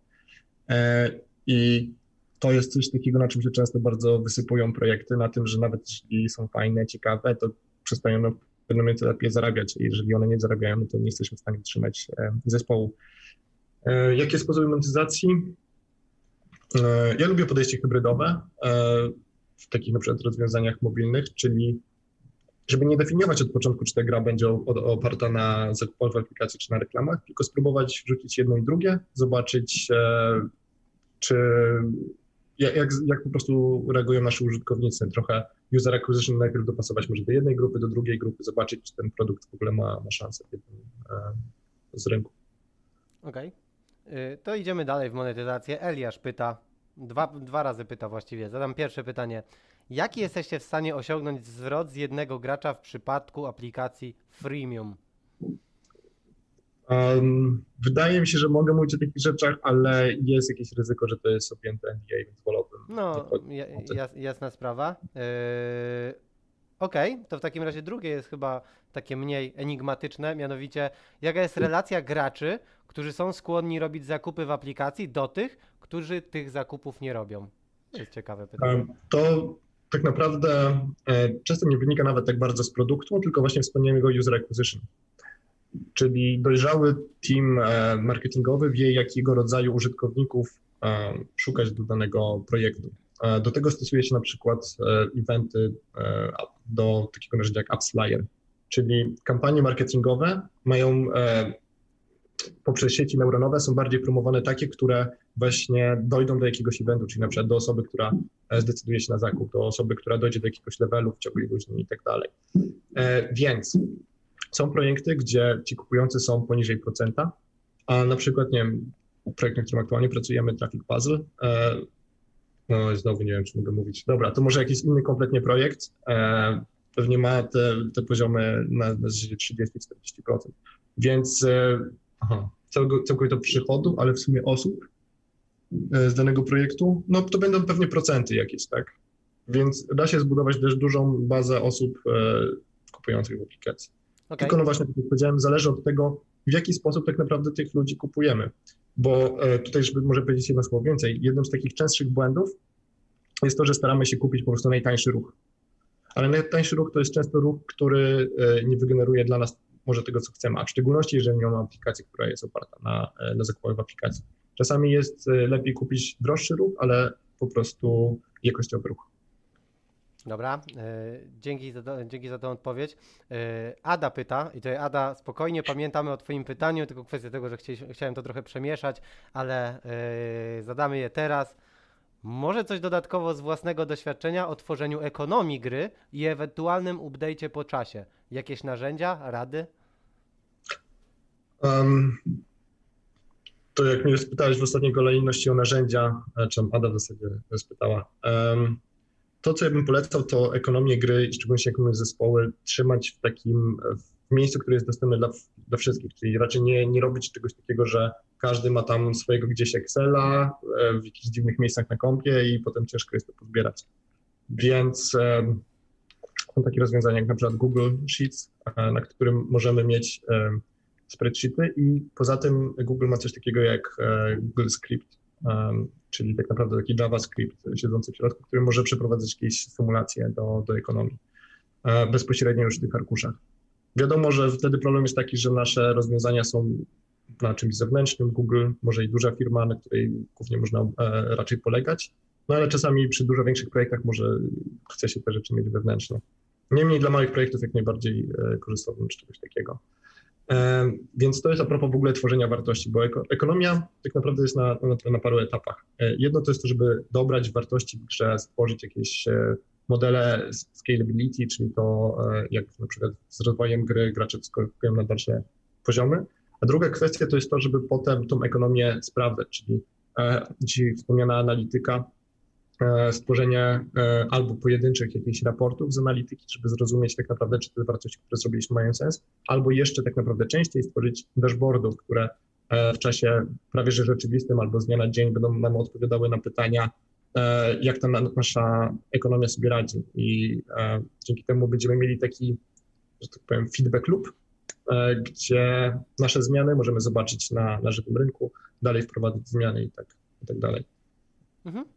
I to jest coś takiego, na czym się często bardzo wysypują projekty, na tym, że nawet jeśli są fajne, ciekawe, to przestają pewnym momencie lepiej zarabiać. I jeżeli one nie zarabiają, no to nie jesteśmy w stanie utrzymać zespołu. Jakie sposoby monetyzacji? Ja lubię podejście hybrydowe w takich na przykład rozwiązaniach mobilnych, czyli żeby nie definiować od początku, czy ta gra będzie oparta na zakupach w aplikacji, czy na reklamach, tylko spróbować wrzucić jedno i drugie, zobaczyć, czy jak po prostu reagują nasi użytkownicy. Trochę user acquisition najpierw dopasować może do jednej grupy, do drugiej grupy, zobaczyć, czy ten produkt w ogóle ma szansę z rynku. Okej. To idziemy dalej w monetyzację. Eliasz pyta, dwa razy pyta właściwie. Zadam pierwsze pytanie. Jaki jesteście w stanie osiągnąć zwrot z jednego gracza w przypadku aplikacji freemium? Wydaje mi się, że mogę mówić o takich rzeczach, ale jest jakieś ryzyko, że to jest objęte NDA, więc wolałbym. No, jasna sprawa. Okej, to w takim razie drugie jest chyba takie mniej enigmatyczne, mianowicie jaka jest relacja graczy, którzy są skłonni robić zakupy w aplikacji, do tych, którzy tych zakupów nie robią? To jest ciekawe pytanie. To tak naprawdę często nie wynika nawet tak bardzo z produktu, tylko właśnie wspomnianego user acquisition. Czyli dojrzały team marketingowy wie, jakiego rodzaju użytkowników szukać do danego projektu. Do tego stosuje się na przykład eventy do takiego narzędzia jak AppsFlyer, czyli kampanie marketingowe mają poprzez sieci neuronowe są bardziej promowane takie, które właśnie dojdą do jakiegoś eventu, czyli na przykład do osoby, która zdecyduje się na zakup, do osoby, która dojdzie do jakiegoś levelu w ciągu iluś dni i tak dalej. Więc są projekty, gdzie ci kupujący są poniżej procenta, a na przykład, nie wiem, projekt, na którym aktualnie pracujemy, Traffic Puzzle, no znowu nie wiem, czy mogę mówić. Dobra, to może jakiś inny kompletnie projekt, pewnie ma te poziomy na 30-40%. Więc całkowitego przychodu, ale w sumie osób z danego projektu, no to będą pewnie procenty jakieś, tak? Więc da się zbudować też dużą bazę osób kupujących w aplikacji. Okay. Tylko no właśnie, tak jak powiedziałem, zależy od tego, w jaki sposób tak naprawdę tych ludzi kupujemy. Bo tutaj, żeby może powiedzieć jedno słowo więcej, jednym z takich częstszych błędów jest to, że staramy się kupić po prostu najtańszy ruch. Ale najtańszy ruch to jest często ruch, który nie wygeneruje dla nas może tego, co chcemy, a w szczególności, jeżeli nie mamy aplikacji, która jest oparta na zakupach w aplikacji. Czasami jest lepiej kupić droższy ruch, ale po prostu jakościowy ruch. Dobra, dzięki za tę odpowiedź. Ada pyta, i tutaj Ada, spokojnie pamiętamy o twoim pytaniu, tylko kwestia tego, że chciałem to trochę przemieszać, ale zadamy je teraz. Może coś dodatkowo z własnego doświadczenia o tworzeniu ekonomii gry i ewentualnym update'cie po czasie. Jakieś narzędzia, rady? To jak mnie spytałeś w ostatniej kolejności o narzędzia, czym Ada w zasadzie spytała, to, co ja bym polecał, to ekonomię gry, szczególnie ekonomię zespoły, trzymać w miejscu, które jest dostępne dla wszystkich, czyli raczej nie robić czegoś takiego, że każdy ma tam swojego gdzieś Excela w jakichś dziwnych miejscach na kompie i potem ciężko jest to pozbierać. Więc są takie rozwiązania jak na przykład Google Sheets, na którym możemy mieć spreadsheety i poza tym Google ma coś takiego jak Google Script, czyli tak naprawdę taki JavaScript siedzący w środku, który może przeprowadzać jakieś symulacje do ekonomii bezpośrednio już w tych arkuszach. Wiadomo, że wtedy problem jest taki, że nasze rozwiązania są na czymś zewnętrznym, Google, może i duża firma, na której głównie można raczej polegać, no ale czasami przy dużo większych projektach może chce się te rzeczy mieć wewnętrzne. Niemniej dla małych projektów jak najbardziej korzystałbym z czegoś takiego. Więc to jest a propos w ogóle tworzenia wartości, bo ekonomia tak naprawdę jest na paru etapach. Jedno to jest to, żeby dobrać wartości w grze, stworzyć jakieś modele scalability, czyli to jak na przykład z rozwojem gry gracze skakują na dalsze poziomy. A druga kwestia to jest to, żeby potem tą ekonomię sprawdzać, czyli dzisiaj wspomniana analityka, stworzenie albo pojedynczych jakichś raportów z analityki, żeby zrozumieć tak naprawdę, czy te wartości, które zrobiliśmy, mają sens, albo jeszcze tak naprawdę częściej stworzyć dashboardów, które w czasie prawie że rzeczywistym albo z dnia na dzień będą nam odpowiadały na pytania, jak ta nasza ekonomia sobie radzi i dzięki temu będziemy mieli taki, że tak powiem, feedback loop, gdzie nasze zmiany możemy zobaczyć na żywym rynku, dalej wprowadzać zmiany i tak dalej. Mhm.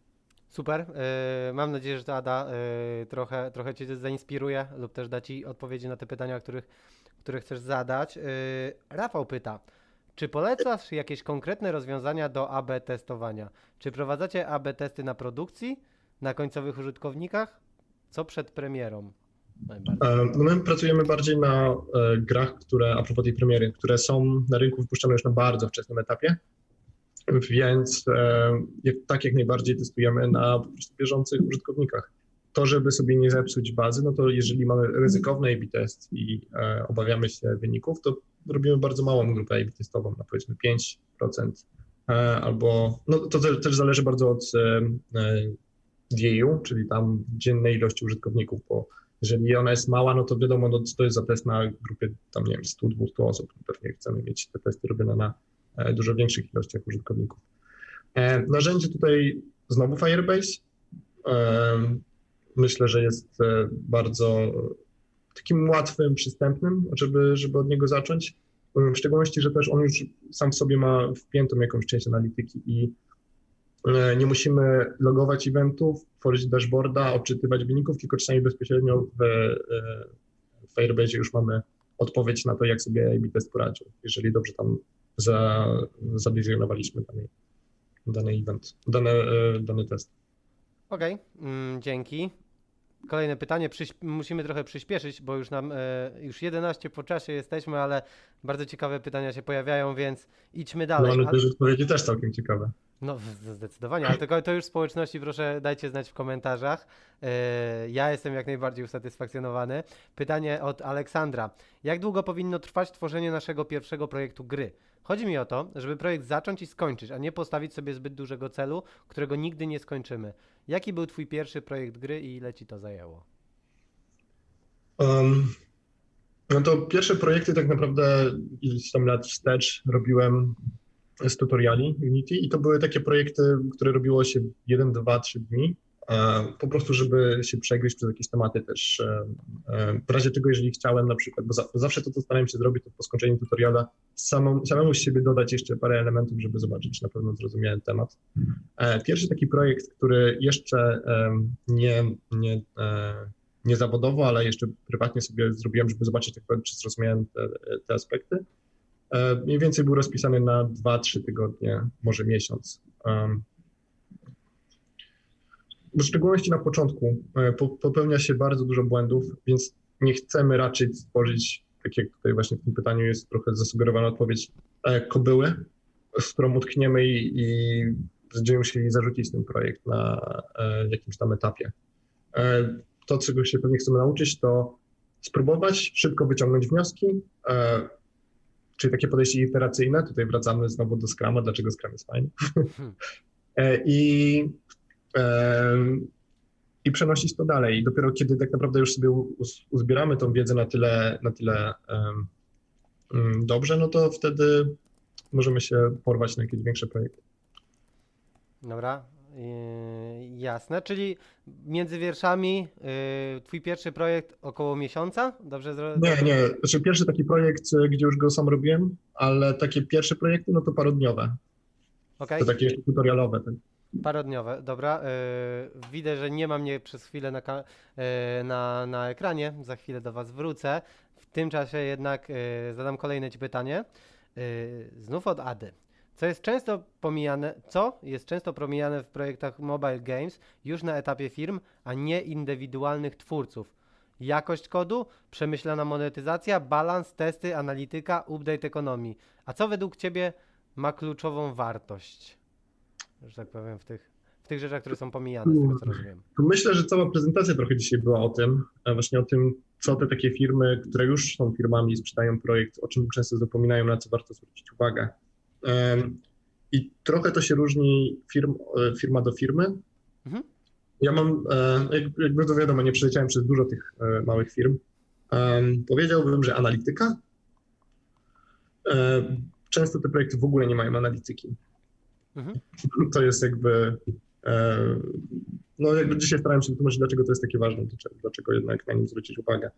Super. Mam nadzieję, że to Ada trochę Cię zainspiruje lub też da Ci odpowiedzi na te pytania, które chcesz zadać. Rafał pyta, czy polecasz jakieś konkretne rozwiązania do AB testowania? Czy prowadzacie AB testy na produkcji, na końcowych użytkownikach? Co przed premierą? Najbardziej. No my pracujemy bardziej na grach, które, a propos tej premiery, które są na rynku wypuszczane już na bardzo wczesnym etapie, więc tak jak najbardziej testujemy na po prostu bieżących użytkownikach. To, żeby sobie nie zepsuć bazy, no to jeżeli mamy ryzykowny A/B test i obawiamy się wyników, to robimy bardzo małą grupę A/B testową, na powiedzmy 5%, albo, no to też zależy bardzo od DAU, czyli tam dziennej ilości użytkowników, bo jeżeli ona jest mała, no to wiadomo, no to jest za test na grupie tam, nie wiem, 100-200 osób. Pewnie chcemy mieć te testy robione na dużo większych ilościach użytkowników. Narzędzie tutaj znowu Firebase. Myślę, że jest bardzo takim łatwym, przystępnym, żeby od niego zacząć. W szczególności, że też on już sam w sobie ma wpiętą jakąś część analityki i nie musimy logować eventów, tworzyć dashboarda, odczytywać wyników, tylko czasami bezpośrednio w Firebase już mamy odpowiedź na to, jak sobie A/B test poradził, jeżeli dobrze tam zadizajnowaliśmy dany event, dany test. Okej, dzięki. Kolejne pytanie. Musimy trochę przyspieszyć, bo już 11 po czasie jesteśmy, ale bardzo ciekawe pytania się pojawiają, więc idźmy dalej. No ale też odpowiedzi też całkiem ciekawe. No, zdecydowanie, ale to już w społeczności proszę dajcie znać w komentarzach. Ja jestem jak najbardziej usatysfakcjonowany. Pytanie od Aleksandra. Jak długo powinno trwać tworzenie naszego pierwszego projektu gry? Chodzi mi o to, żeby projekt zacząć i skończyć, a nie postawić sobie zbyt dużego celu, którego nigdy nie skończymy. Jaki był twój pierwszy projekt gry i ile ci to zajęło? No to pierwsze projekty tak naprawdę ileś tam lat wstecz robiłem z tutoriali Unity i to były takie projekty, które robiło się 1, 2, 3 dni, po prostu żeby się przegryźć przez jakieś tematy też, w razie czego jeżeli chciałem na przykład, bo zawsze to, co starałem się zrobić, to po skończeniu tutoriala samemu z siebie dodać jeszcze parę elementów, żeby zobaczyć, czy na pewno zrozumiałem temat. Pierwszy taki projekt, który jeszcze nie zawodowo, ale jeszcze prywatnie sobie zrobiłem, żeby zobaczyć, czy zrozumiałem te aspekty. Mniej więcej był rozpisany na 2-3 tygodnie, może miesiąc. W szczególności na początku popełnia się bardzo dużo błędów, więc nie chcemy raczej stworzyć, tak jak tutaj właśnie w tym pytaniu jest trochę zasugerowana odpowiedź, kobyły, z którą utkniemy i będziemy musieli zarzucić ten projekt na jakimś tam etapie. To, czego się pewnie chcemy nauczyć, to spróbować szybko wyciągnąć wnioski, czyli takie podejście iteracyjne. Tutaj wracamy znowu do Scruma, dlaczego Scrum jest fajny. I przenosić to dalej. I dopiero kiedy tak naprawdę już sobie uzbieramy tą wiedzę na tyle dobrze, no to wtedy możemy się porwać na jakieś większe projekty. Dobra, jasne. Czyli między wierszami twój pierwszy projekt około miesiąca? Dobrze? Nie. Znaczy pierwszy taki projekt, gdzie już go sam robiłem, ale takie pierwsze projekty, no to parodniowe. Okay. To takie jeszcze tutorialowe. Tak. Parodniowe, dobra. Widzę, że nie ma mnie przez chwilę na ekranie. Za chwilę do was wrócę. W tym czasie jednak zadam kolejne ci pytanie. Znów od Ady. Co jest często pomijane w projektach mobile games już na etapie firm, a nie indywidualnych twórców? Jakość kodu, przemyślana monetyzacja, balans, testy, analityka, update ekonomii. A co według ciebie ma kluczową wartość? Że tak powiem, w tych rzeczach, które są pomijane, z tego co rozumiem. Myślę, że cała prezentacja trochę dzisiaj była o tym, właśnie o tym, co te takie firmy, które już są firmami i sprzedają projekt, o czym często zapominają, na co warto zwrócić uwagę. I trochę to się różni firma do firmy. Mhm. Ja mam, jakby to wiadomo, nie przeleciałem przez dużo tych małych firm. Powiedziałbym, że analityka. Często te projekty w ogóle nie mają analityki. Mhm. To jest jakby, no jakby dzisiaj starałem się wytłumaczyć, dlaczego to jest takie ważne, dlaczego jednak na nim zwrócić uwagę.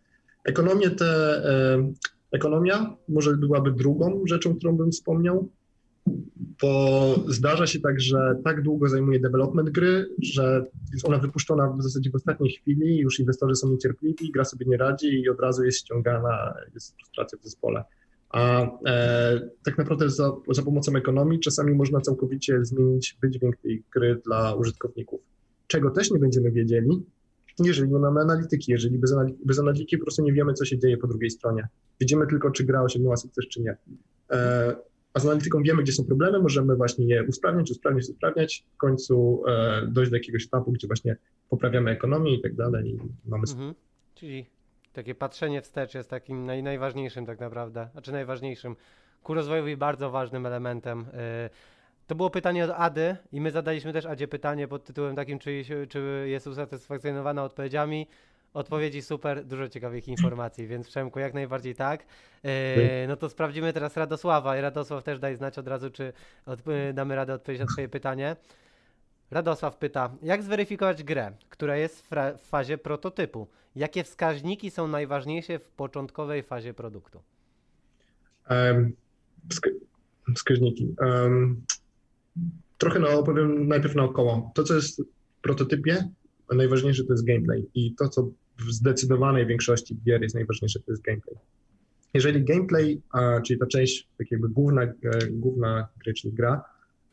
Ekonomia może byłaby drugą rzeczą, którą bym wspomniał. bo zdarza się tak, że tak długo zajmuje development gry, że jest ona wypuszczona w zasadzie w ostatniej chwili, już inwestorzy są niecierpliwi, gra sobie nie radzi i od razu jest ściągana, jest frustracja w zespole. A tak naprawdę za pomocą ekonomii czasami można całkowicie zmienić wydźwięk tej gry dla użytkowników, czego też nie będziemy wiedzieli, jeżeli nie mamy analityki, jeżeli bez analityki po prostu nie wiemy, co się dzieje po drugiej stronie. Widzimy tylko, czy gra osiągnęła sukces, czy nie. A z analityką wiemy, gdzie są problemy, możemy właśnie je usprawniać, w końcu dojść do jakiegoś etapu, gdzie właśnie poprawiamy ekonomię i tak dalej. I mamy Czyli takie patrzenie wstecz jest takim najważniejszym tak naprawdę, znaczy najważniejszym, ku rozwojowi bardzo ważnym elementem. To było pytanie od Ady i my zadaliśmy też Adzie pytanie pod tytułem takim, czy jest usatysfakcjonowana odpowiedziami. Odpowiedzi super, dużo ciekawych informacji, więc Przemku, jak najbardziej tak. No to sprawdzimy teraz Radosława i Radosław też daj znać od razu, czy damy radę odpowiedzieć na twoje pytanie. Radosław pyta, jak zweryfikować grę, która jest w fazie prototypu? Jakie wskaźniki są najważniejsze w początkowej fazie produktu? Wskaźniki. Trochę opowiem najpierw naokoło. To, co jest w prototypie, najważniejsze to jest gameplay i to, co w zdecydowanej większości gier jest najważniejsze, to jest gameplay. Jeżeli gameplay, czyli ta część tak jakby główna gry, czyli gra,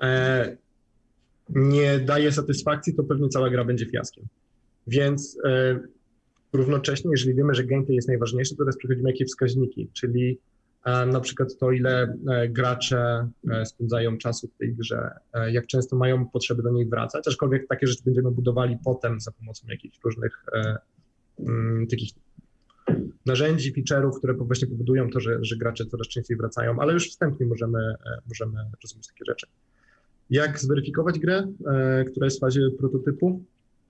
nie daje satysfakcji, to pewnie cała gra będzie fiaskiem. Więc równocześnie, jeżeli wiemy, że gameplay jest najważniejszy, to teraz przechodzimy jakie wskaźniki, czyli na przykład to, ile gracze spędzają czasu w tej grze, jak często mają potrzeby do niej wracać, aczkolwiek takie rzeczy będziemy budowali potem za pomocą jakichś różnych takich narzędzi, feature'ów, które właśnie powodują to, że gracze coraz częściej wracają, ale już wstępnie możemy rozumieć takie rzeczy. Jak zweryfikować grę, która jest w fazie prototypu?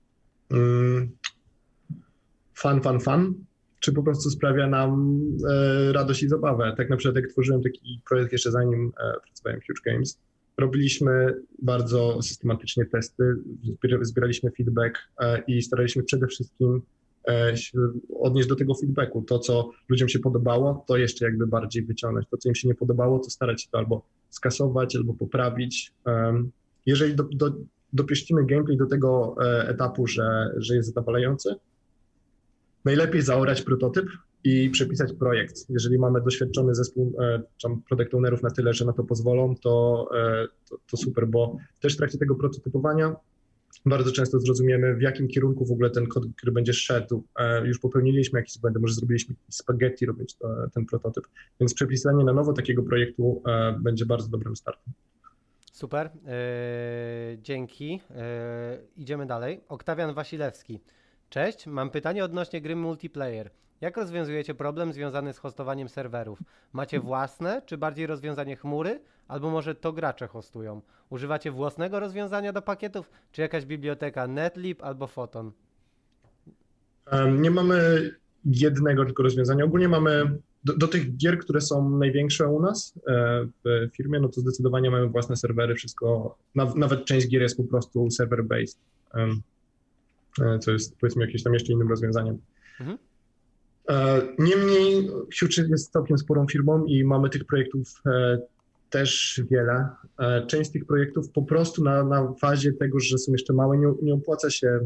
Fun, czy po prostu sprawia nam radość i zabawę. Tak na przykład jak tworzyłem taki projekt jeszcze zanim pracowałem w Huge Games, robiliśmy bardzo systematycznie testy, zbieraliśmy feedback i staraliśmy przede wszystkim się odnieść do tego feedbacku. To, co ludziom się podobało, to jeszcze jakby bardziej wyciągnąć. To, co im się nie podobało, to starać się to albo skasować, albo poprawić. Jeżeli dopieścimy gameplay do tego etapu, że jest zadowalający, najlepiej zaorać prototyp i przepisać projekt. Jeżeli mamy doświadczony zespół product ownerów na tyle, że na to pozwolą, to super, bo też w trakcie tego prototypowania bardzo często zrozumiemy, w jakim kierunku w ogóle ten kod, który będzie szedł. Już popełniliśmy jakieś błędy, może zrobiliśmy spaghetti robić ten prototyp, więc przepisanie na nowo takiego projektu będzie bardzo dobrym startem. Super, dzięki. Idziemy dalej. Oktawian Wasilewski. Cześć, mam pytanie odnośnie gry multiplayer. Jak rozwiązujecie problem związany z hostowaniem serwerów? Macie własne, czy bardziej rozwiązanie chmury? Albo może to gracze hostują? Używacie własnego rozwiązania do pakietów, czy jakaś biblioteka NetLib albo Photon? Nie mamy jednego tylko rozwiązania. Ogólnie mamy do tych gier, które są największe u nas w firmie, no to zdecydowanie mamy własne serwery, wszystko, nawet część gier jest po prostu server-based, co jest powiedzmy jakimś tam jeszcze innym rozwiązaniem. Mhm. Niemniej Huge jest całkiem sporą firmą i mamy tych projektów też wiele. Część z tych projektów po prostu na fazie tego, że są jeszcze małe, nie opłaca się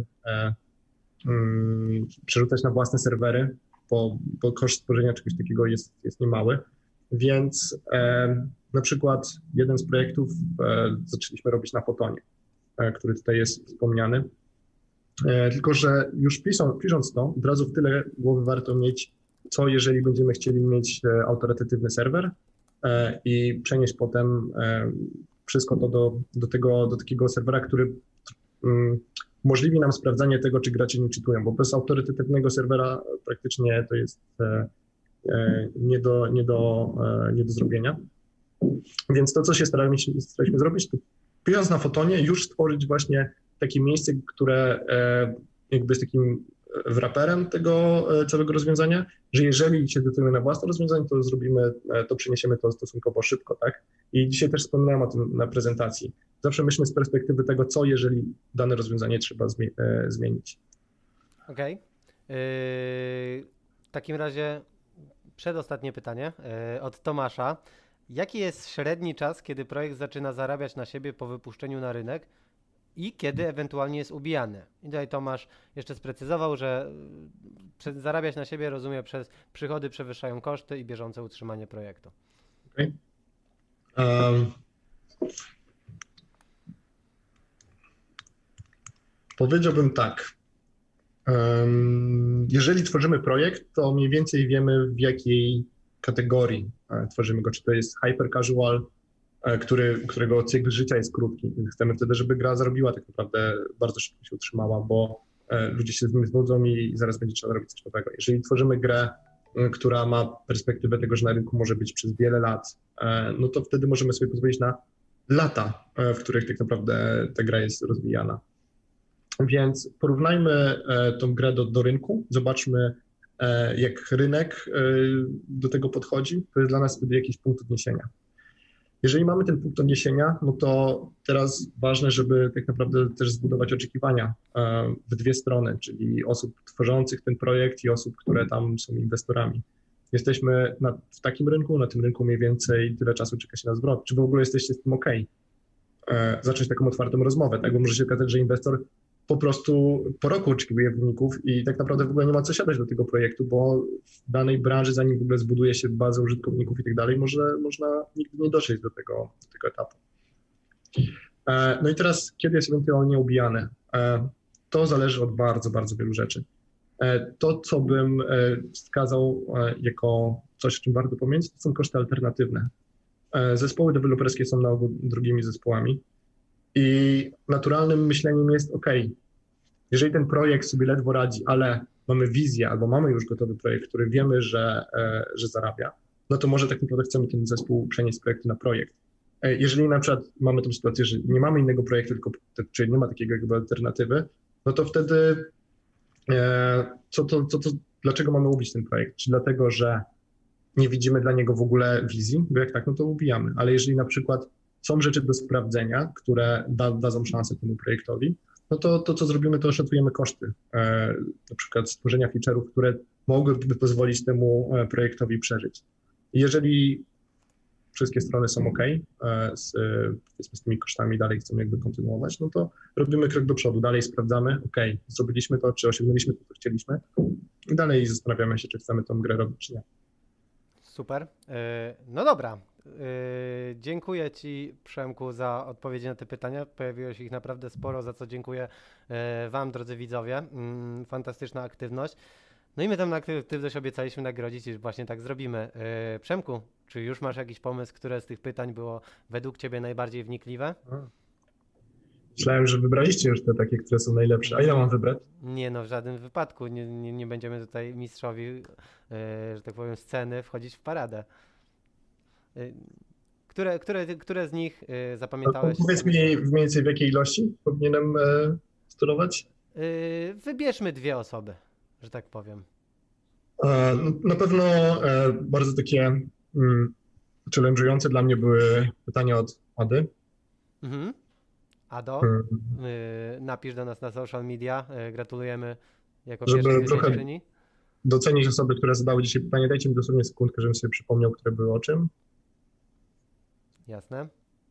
przerzucać na własne serwery, bo koszt stworzenia czegoś takiego jest niemały. Więc na przykład jeden z projektów zaczęliśmy robić na Photonie, który tutaj jest wspomniany. Tylko że już pisząc to, od razu w tyle głowy warto mieć, co jeżeli będziemy chcieli mieć autorytatywny serwer i przenieść potem wszystko to do takiego serwera, który umożliwi nam sprawdzanie tego, czy gracze nie cheatują, bo bez autorytatywnego serwera praktycznie to jest nie do zrobienia. Więc to, co się staraliśmy zrobić, to pisząc na Photonie już stworzyć właśnie takie miejsce, które jakby jest takim wraperem tego całego rozwiązania, że jeżeli się decydujemy na własne rozwiązanie, to przeniesiemy to stosunkowo szybko, tak? I dzisiaj też wspominałem o tym na prezentacji. Zawsze myślmy z perspektywy tego, co jeżeli dane rozwiązanie trzeba zmienić. Okej. W takim razie przedostatnie pytanie od Tomasza. Jaki jest średni czas, kiedy projekt zaczyna zarabiać na siebie po wypuszczeniu na rynek i kiedy ewentualnie jest ubijany? I tutaj Tomasz jeszcze sprecyzował, że zarabiać na siebie rozumie przez przychody przewyższają koszty i bieżące utrzymanie projektu. Okay. Um, powiedziałbym tak. Jeżeli tworzymy projekt, to mniej więcej wiemy, w jakiej kategorii tworzymy go. Czy to jest hyper casual, którego cykl życia jest krótki. Chcemy wtedy, żeby gra zarobiła tak naprawdę, bardzo szybko się utrzymała, bo ludzie się z nim znudzą i zaraz będzie trzeba robić coś nowego. Jeżeli tworzymy grę, która ma perspektywę tego, że na rynku może być przez wiele lat, no to wtedy możemy sobie pozwolić na lata, w których tak naprawdę ta gra jest rozwijana. Więc porównajmy tą grę do rynku, zobaczmy, jak rynek do tego podchodzi. To jest dla nas wtedy jakiś punkt odniesienia. Jeżeli mamy ten punkt odniesienia, no to teraz ważne, żeby tak naprawdę też zbudować oczekiwania w dwie strony, czyli osób tworzących ten projekt i osób, które tam są inwestorami. Jesteśmy w takim rynku, na tym rynku mniej więcej tyle czasu czeka się na zwrot. Czy w ogóle jesteście z tym OK? Zacząć taką otwartą rozmowę, tak? Bo może się okazać, że inwestor po prostu po roku oczekuje wyników i tak naprawdę w ogóle nie ma co siadać do tego projektu, bo w danej branży, zanim w ogóle zbuduje się bazę użytkowników i tak dalej, można nigdy nie dotrzeć do tego etapu. No i teraz, kiedy jest ewentualnie ubijane? To zależy od bardzo, bardzo wielu rzeczy. To, co bym wskazał jako coś, o czym warto pamiętać, to są koszty alternatywne. Zespoły deweloperskie są na ogół drugimi zespołami. I naturalnym myśleniem jest, OK, jeżeli ten projekt sobie ledwo radzi, ale mamy wizję albo mamy już gotowy projekt, który wiemy, że zarabia, no to może tak naprawdę chcemy ten zespół przenieść z projektu na projekt. Jeżeli na przykład mamy tą sytuację, że nie mamy innego projektu, czyli nie ma takiego jakby alternatywy, no to wtedy dlaczego mamy ubić ten projekt? Czy dlatego, że nie widzimy dla niego w ogóle wizji? Bo jak tak, no to ubijamy. Ale jeżeli na przykład są rzeczy do sprawdzenia, które dadzą szansę temu projektowi, no to co zrobimy, to oszacujemy koszty, na przykład stworzenia feature'ów, które mogłyby pozwolić temu projektowi przeżyć. I jeżeli wszystkie strony są OK z tymi kosztami, dalej chcemy jakby kontynuować, no to robimy krok do przodu, dalej sprawdzamy, OK, zrobiliśmy to, czy osiągnęliśmy to, co chcieliśmy i dalej zastanawiamy się, czy chcemy tą grę robić, czy nie. Super. No dobra. Dziękuję Ci, Przemku, za odpowiedzi na te pytania. Pojawiło się ich naprawdę sporo, za co dziękuję Wam, drodzy widzowie. Fantastyczna aktywność. No i my tę aktywność obiecaliśmy nagrodzić i właśnie tak zrobimy. Przemku, czy już masz jakiś pomysł, które z tych pytań było według Ciebie najbardziej wnikliwe? Myślałem, że wybraliście już te takie, które są najlepsze. A ile mam wybrać? Nie, no w żadnym wypadku. Nie będziemy tutaj mistrzowi, że tak powiem, sceny wchodzić w paradę. Które z nich zapamiętałeś? Powiedz mi mniej więcej, w jakiej ilości powinienem sterować? Wybierzmy dwie osoby, że tak powiem. Na pewno bardzo takie challenge'ujące dla mnie były pytania od Ady. Mhm. Ado, napisz do nas na social media. Gratulujemy jako Żeby pierwszej trochę zwyciężczyni. docenić osoby, które zadały dzisiaj pytanie. Dajcie mi dosłownie sekundkę, żebym sobie przypomniał, które były o czym. Jasne.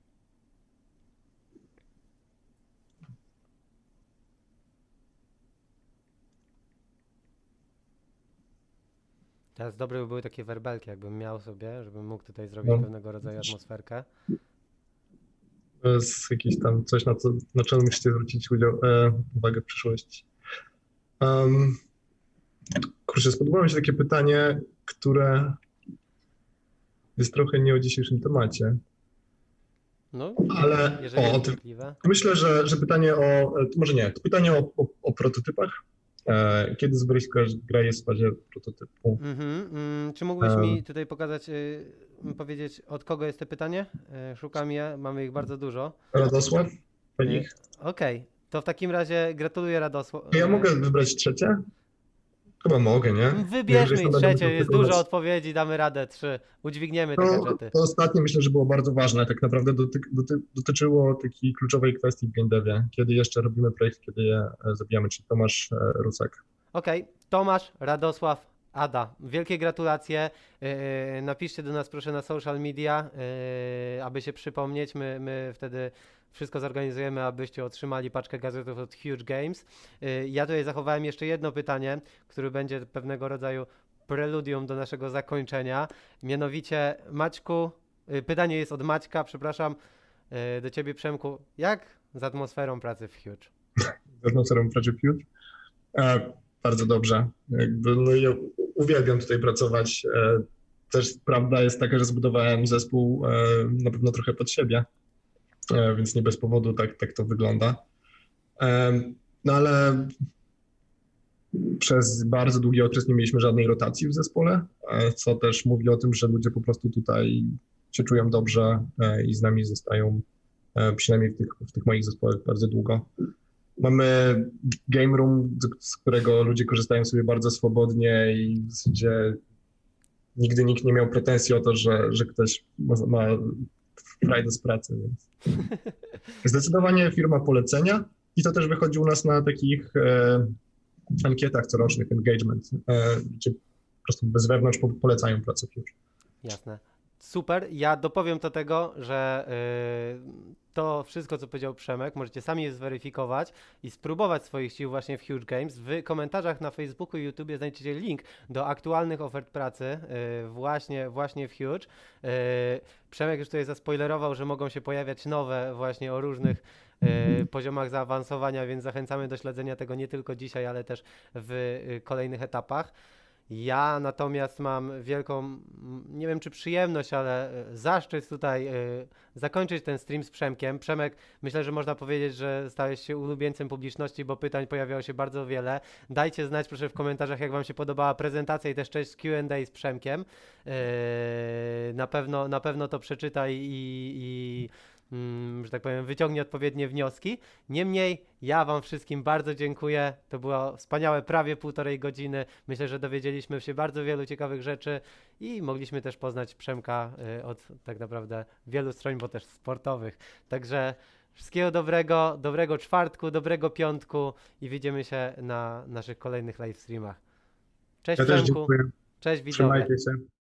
Teraz dobre by były takie werbelki, jakbym miał sobie, żebym mógł tutaj zrobić pewnego rodzaju atmosferkę. To jest jakieś tam coś, na czym musicie zwrócić uwagę w przyszłości. Kurczę, spodobało mi się takie pytanie, które jest trochę nie o dzisiejszym temacie. No, ale jeżeli jest możliwe. Myślę, że pytanie może nie, to pytanie o prototypach. Kiedy zweryfikujesz, że gra jest w fazie prototypu? Czy mógłbyś mi tutaj pokazać, powiedzieć, od kogo jest to pytanie? Szukam je, mamy ich bardzo dużo. Radosław? Okej, to w takim razie gratuluję, Radosław. Ja mogę wybrać trzecie? Chyba mogę, nie? Wybierzmy trzecie, jest dużo odpowiedzi, damy radę, 3. Udźwigniemy te gadżety. To ostatnie myślę, że było bardzo ważne. Tak naprawdę dotyczyło takiej kluczowej kwestii w game devie. Kiedy jeszcze robimy projekt, kiedy je zabijamy, czyli Tomasz Rusak. Okej, Tomasz, Radosław, Ada, wielkie gratulacje. Napiszcie do nas proszę na social media, aby się przypomnieć. My wtedy wszystko zorganizujemy, abyście otrzymali paczkę gadżetów od Huge Games. Ja tutaj zachowałem jeszcze jedno pytanie, które będzie pewnego rodzaju preludium do naszego zakończenia. Mianowicie, Maćku, pytanie jest od Maćka, przepraszam, do ciebie, Przemku. Jak z atmosferą pracy w Huge? Z atmosferą Project Huge. Bardzo dobrze. Jakby, no ja uwielbiam tutaj pracować. Też prawda jest taka, że zbudowałem zespół na pewno trochę pod siebie, więc nie bez powodu tak to wygląda. No ale przez bardzo długi okres nie mieliśmy żadnej rotacji w zespole, co też mówi o tym, że ludzie po prostu tutaj się czują dobrze i z nami zostają przynajmniej w tych moich zespołach bardzo długo. Mamy game room, z którego ludzie korzystają sobie bardzo swobodnie i w zasadzie nigdy nikt nie miał pretensji o to, że ktoś ma frajdę z pracy. Więc. Zdecydowanie firma polecenia i to też wychodzi u nas na takich ankietach corocznych, engagement, gdzie po prostu bez wewnątrz polecają pracę już. Jasne. Super. Ja dopowiem do tego, że to wszystko, co powiedział Przemek, możecie sami zweryfikować i spróbować swoich sił właśnie w Huge Games. W komentarzach na Facebooku i YouTubie znajdziecie link do aktualnych ofert pracy właśnie w Huge. Przemek już tutaj zaspoilerował, że mogą się pojawiać nowe właśnie o różnych poziomach zaawansowania, więc zachęcamy do śledzenia tego nie tylko dzisiaj, ale też w kolejnych etapach. Ja natomiast mam wielką, nie wiem czy przyjemność, ale zaszczyt tutaj zakończyć ten stream z Przemkiem. Przemek, myślę, że można powiedzieć, że stałeś się ulubieńcem publiczności, bo pytań pojawiało się bardzo wiele. Dajcie znać proszę w komentarzach, jak wam się podobała prezentacja i też część Q&A z Przemkiem. Na pewno to przeczytaj i że tak powiem, wyciągnie odpowiednie wnioski. Niemniej, ja wam wszystkim bardzo dziękuję. To było wspaniałe prawie 1,5 godziny. Myślę, że dowiedzieliśmy się bardzo wielu ciekawych rzeczy i mogliśmy też poznać Przemka od tak naprawdę wielu stron, bo też sportowych. Także wszystkiego dobrego czwartku, dobrego piątku i widzimy się na naszych kolejnych live streamach. Cześć Ja też Przemku, dziękuję. cześć widzowie. Trzymajcie się.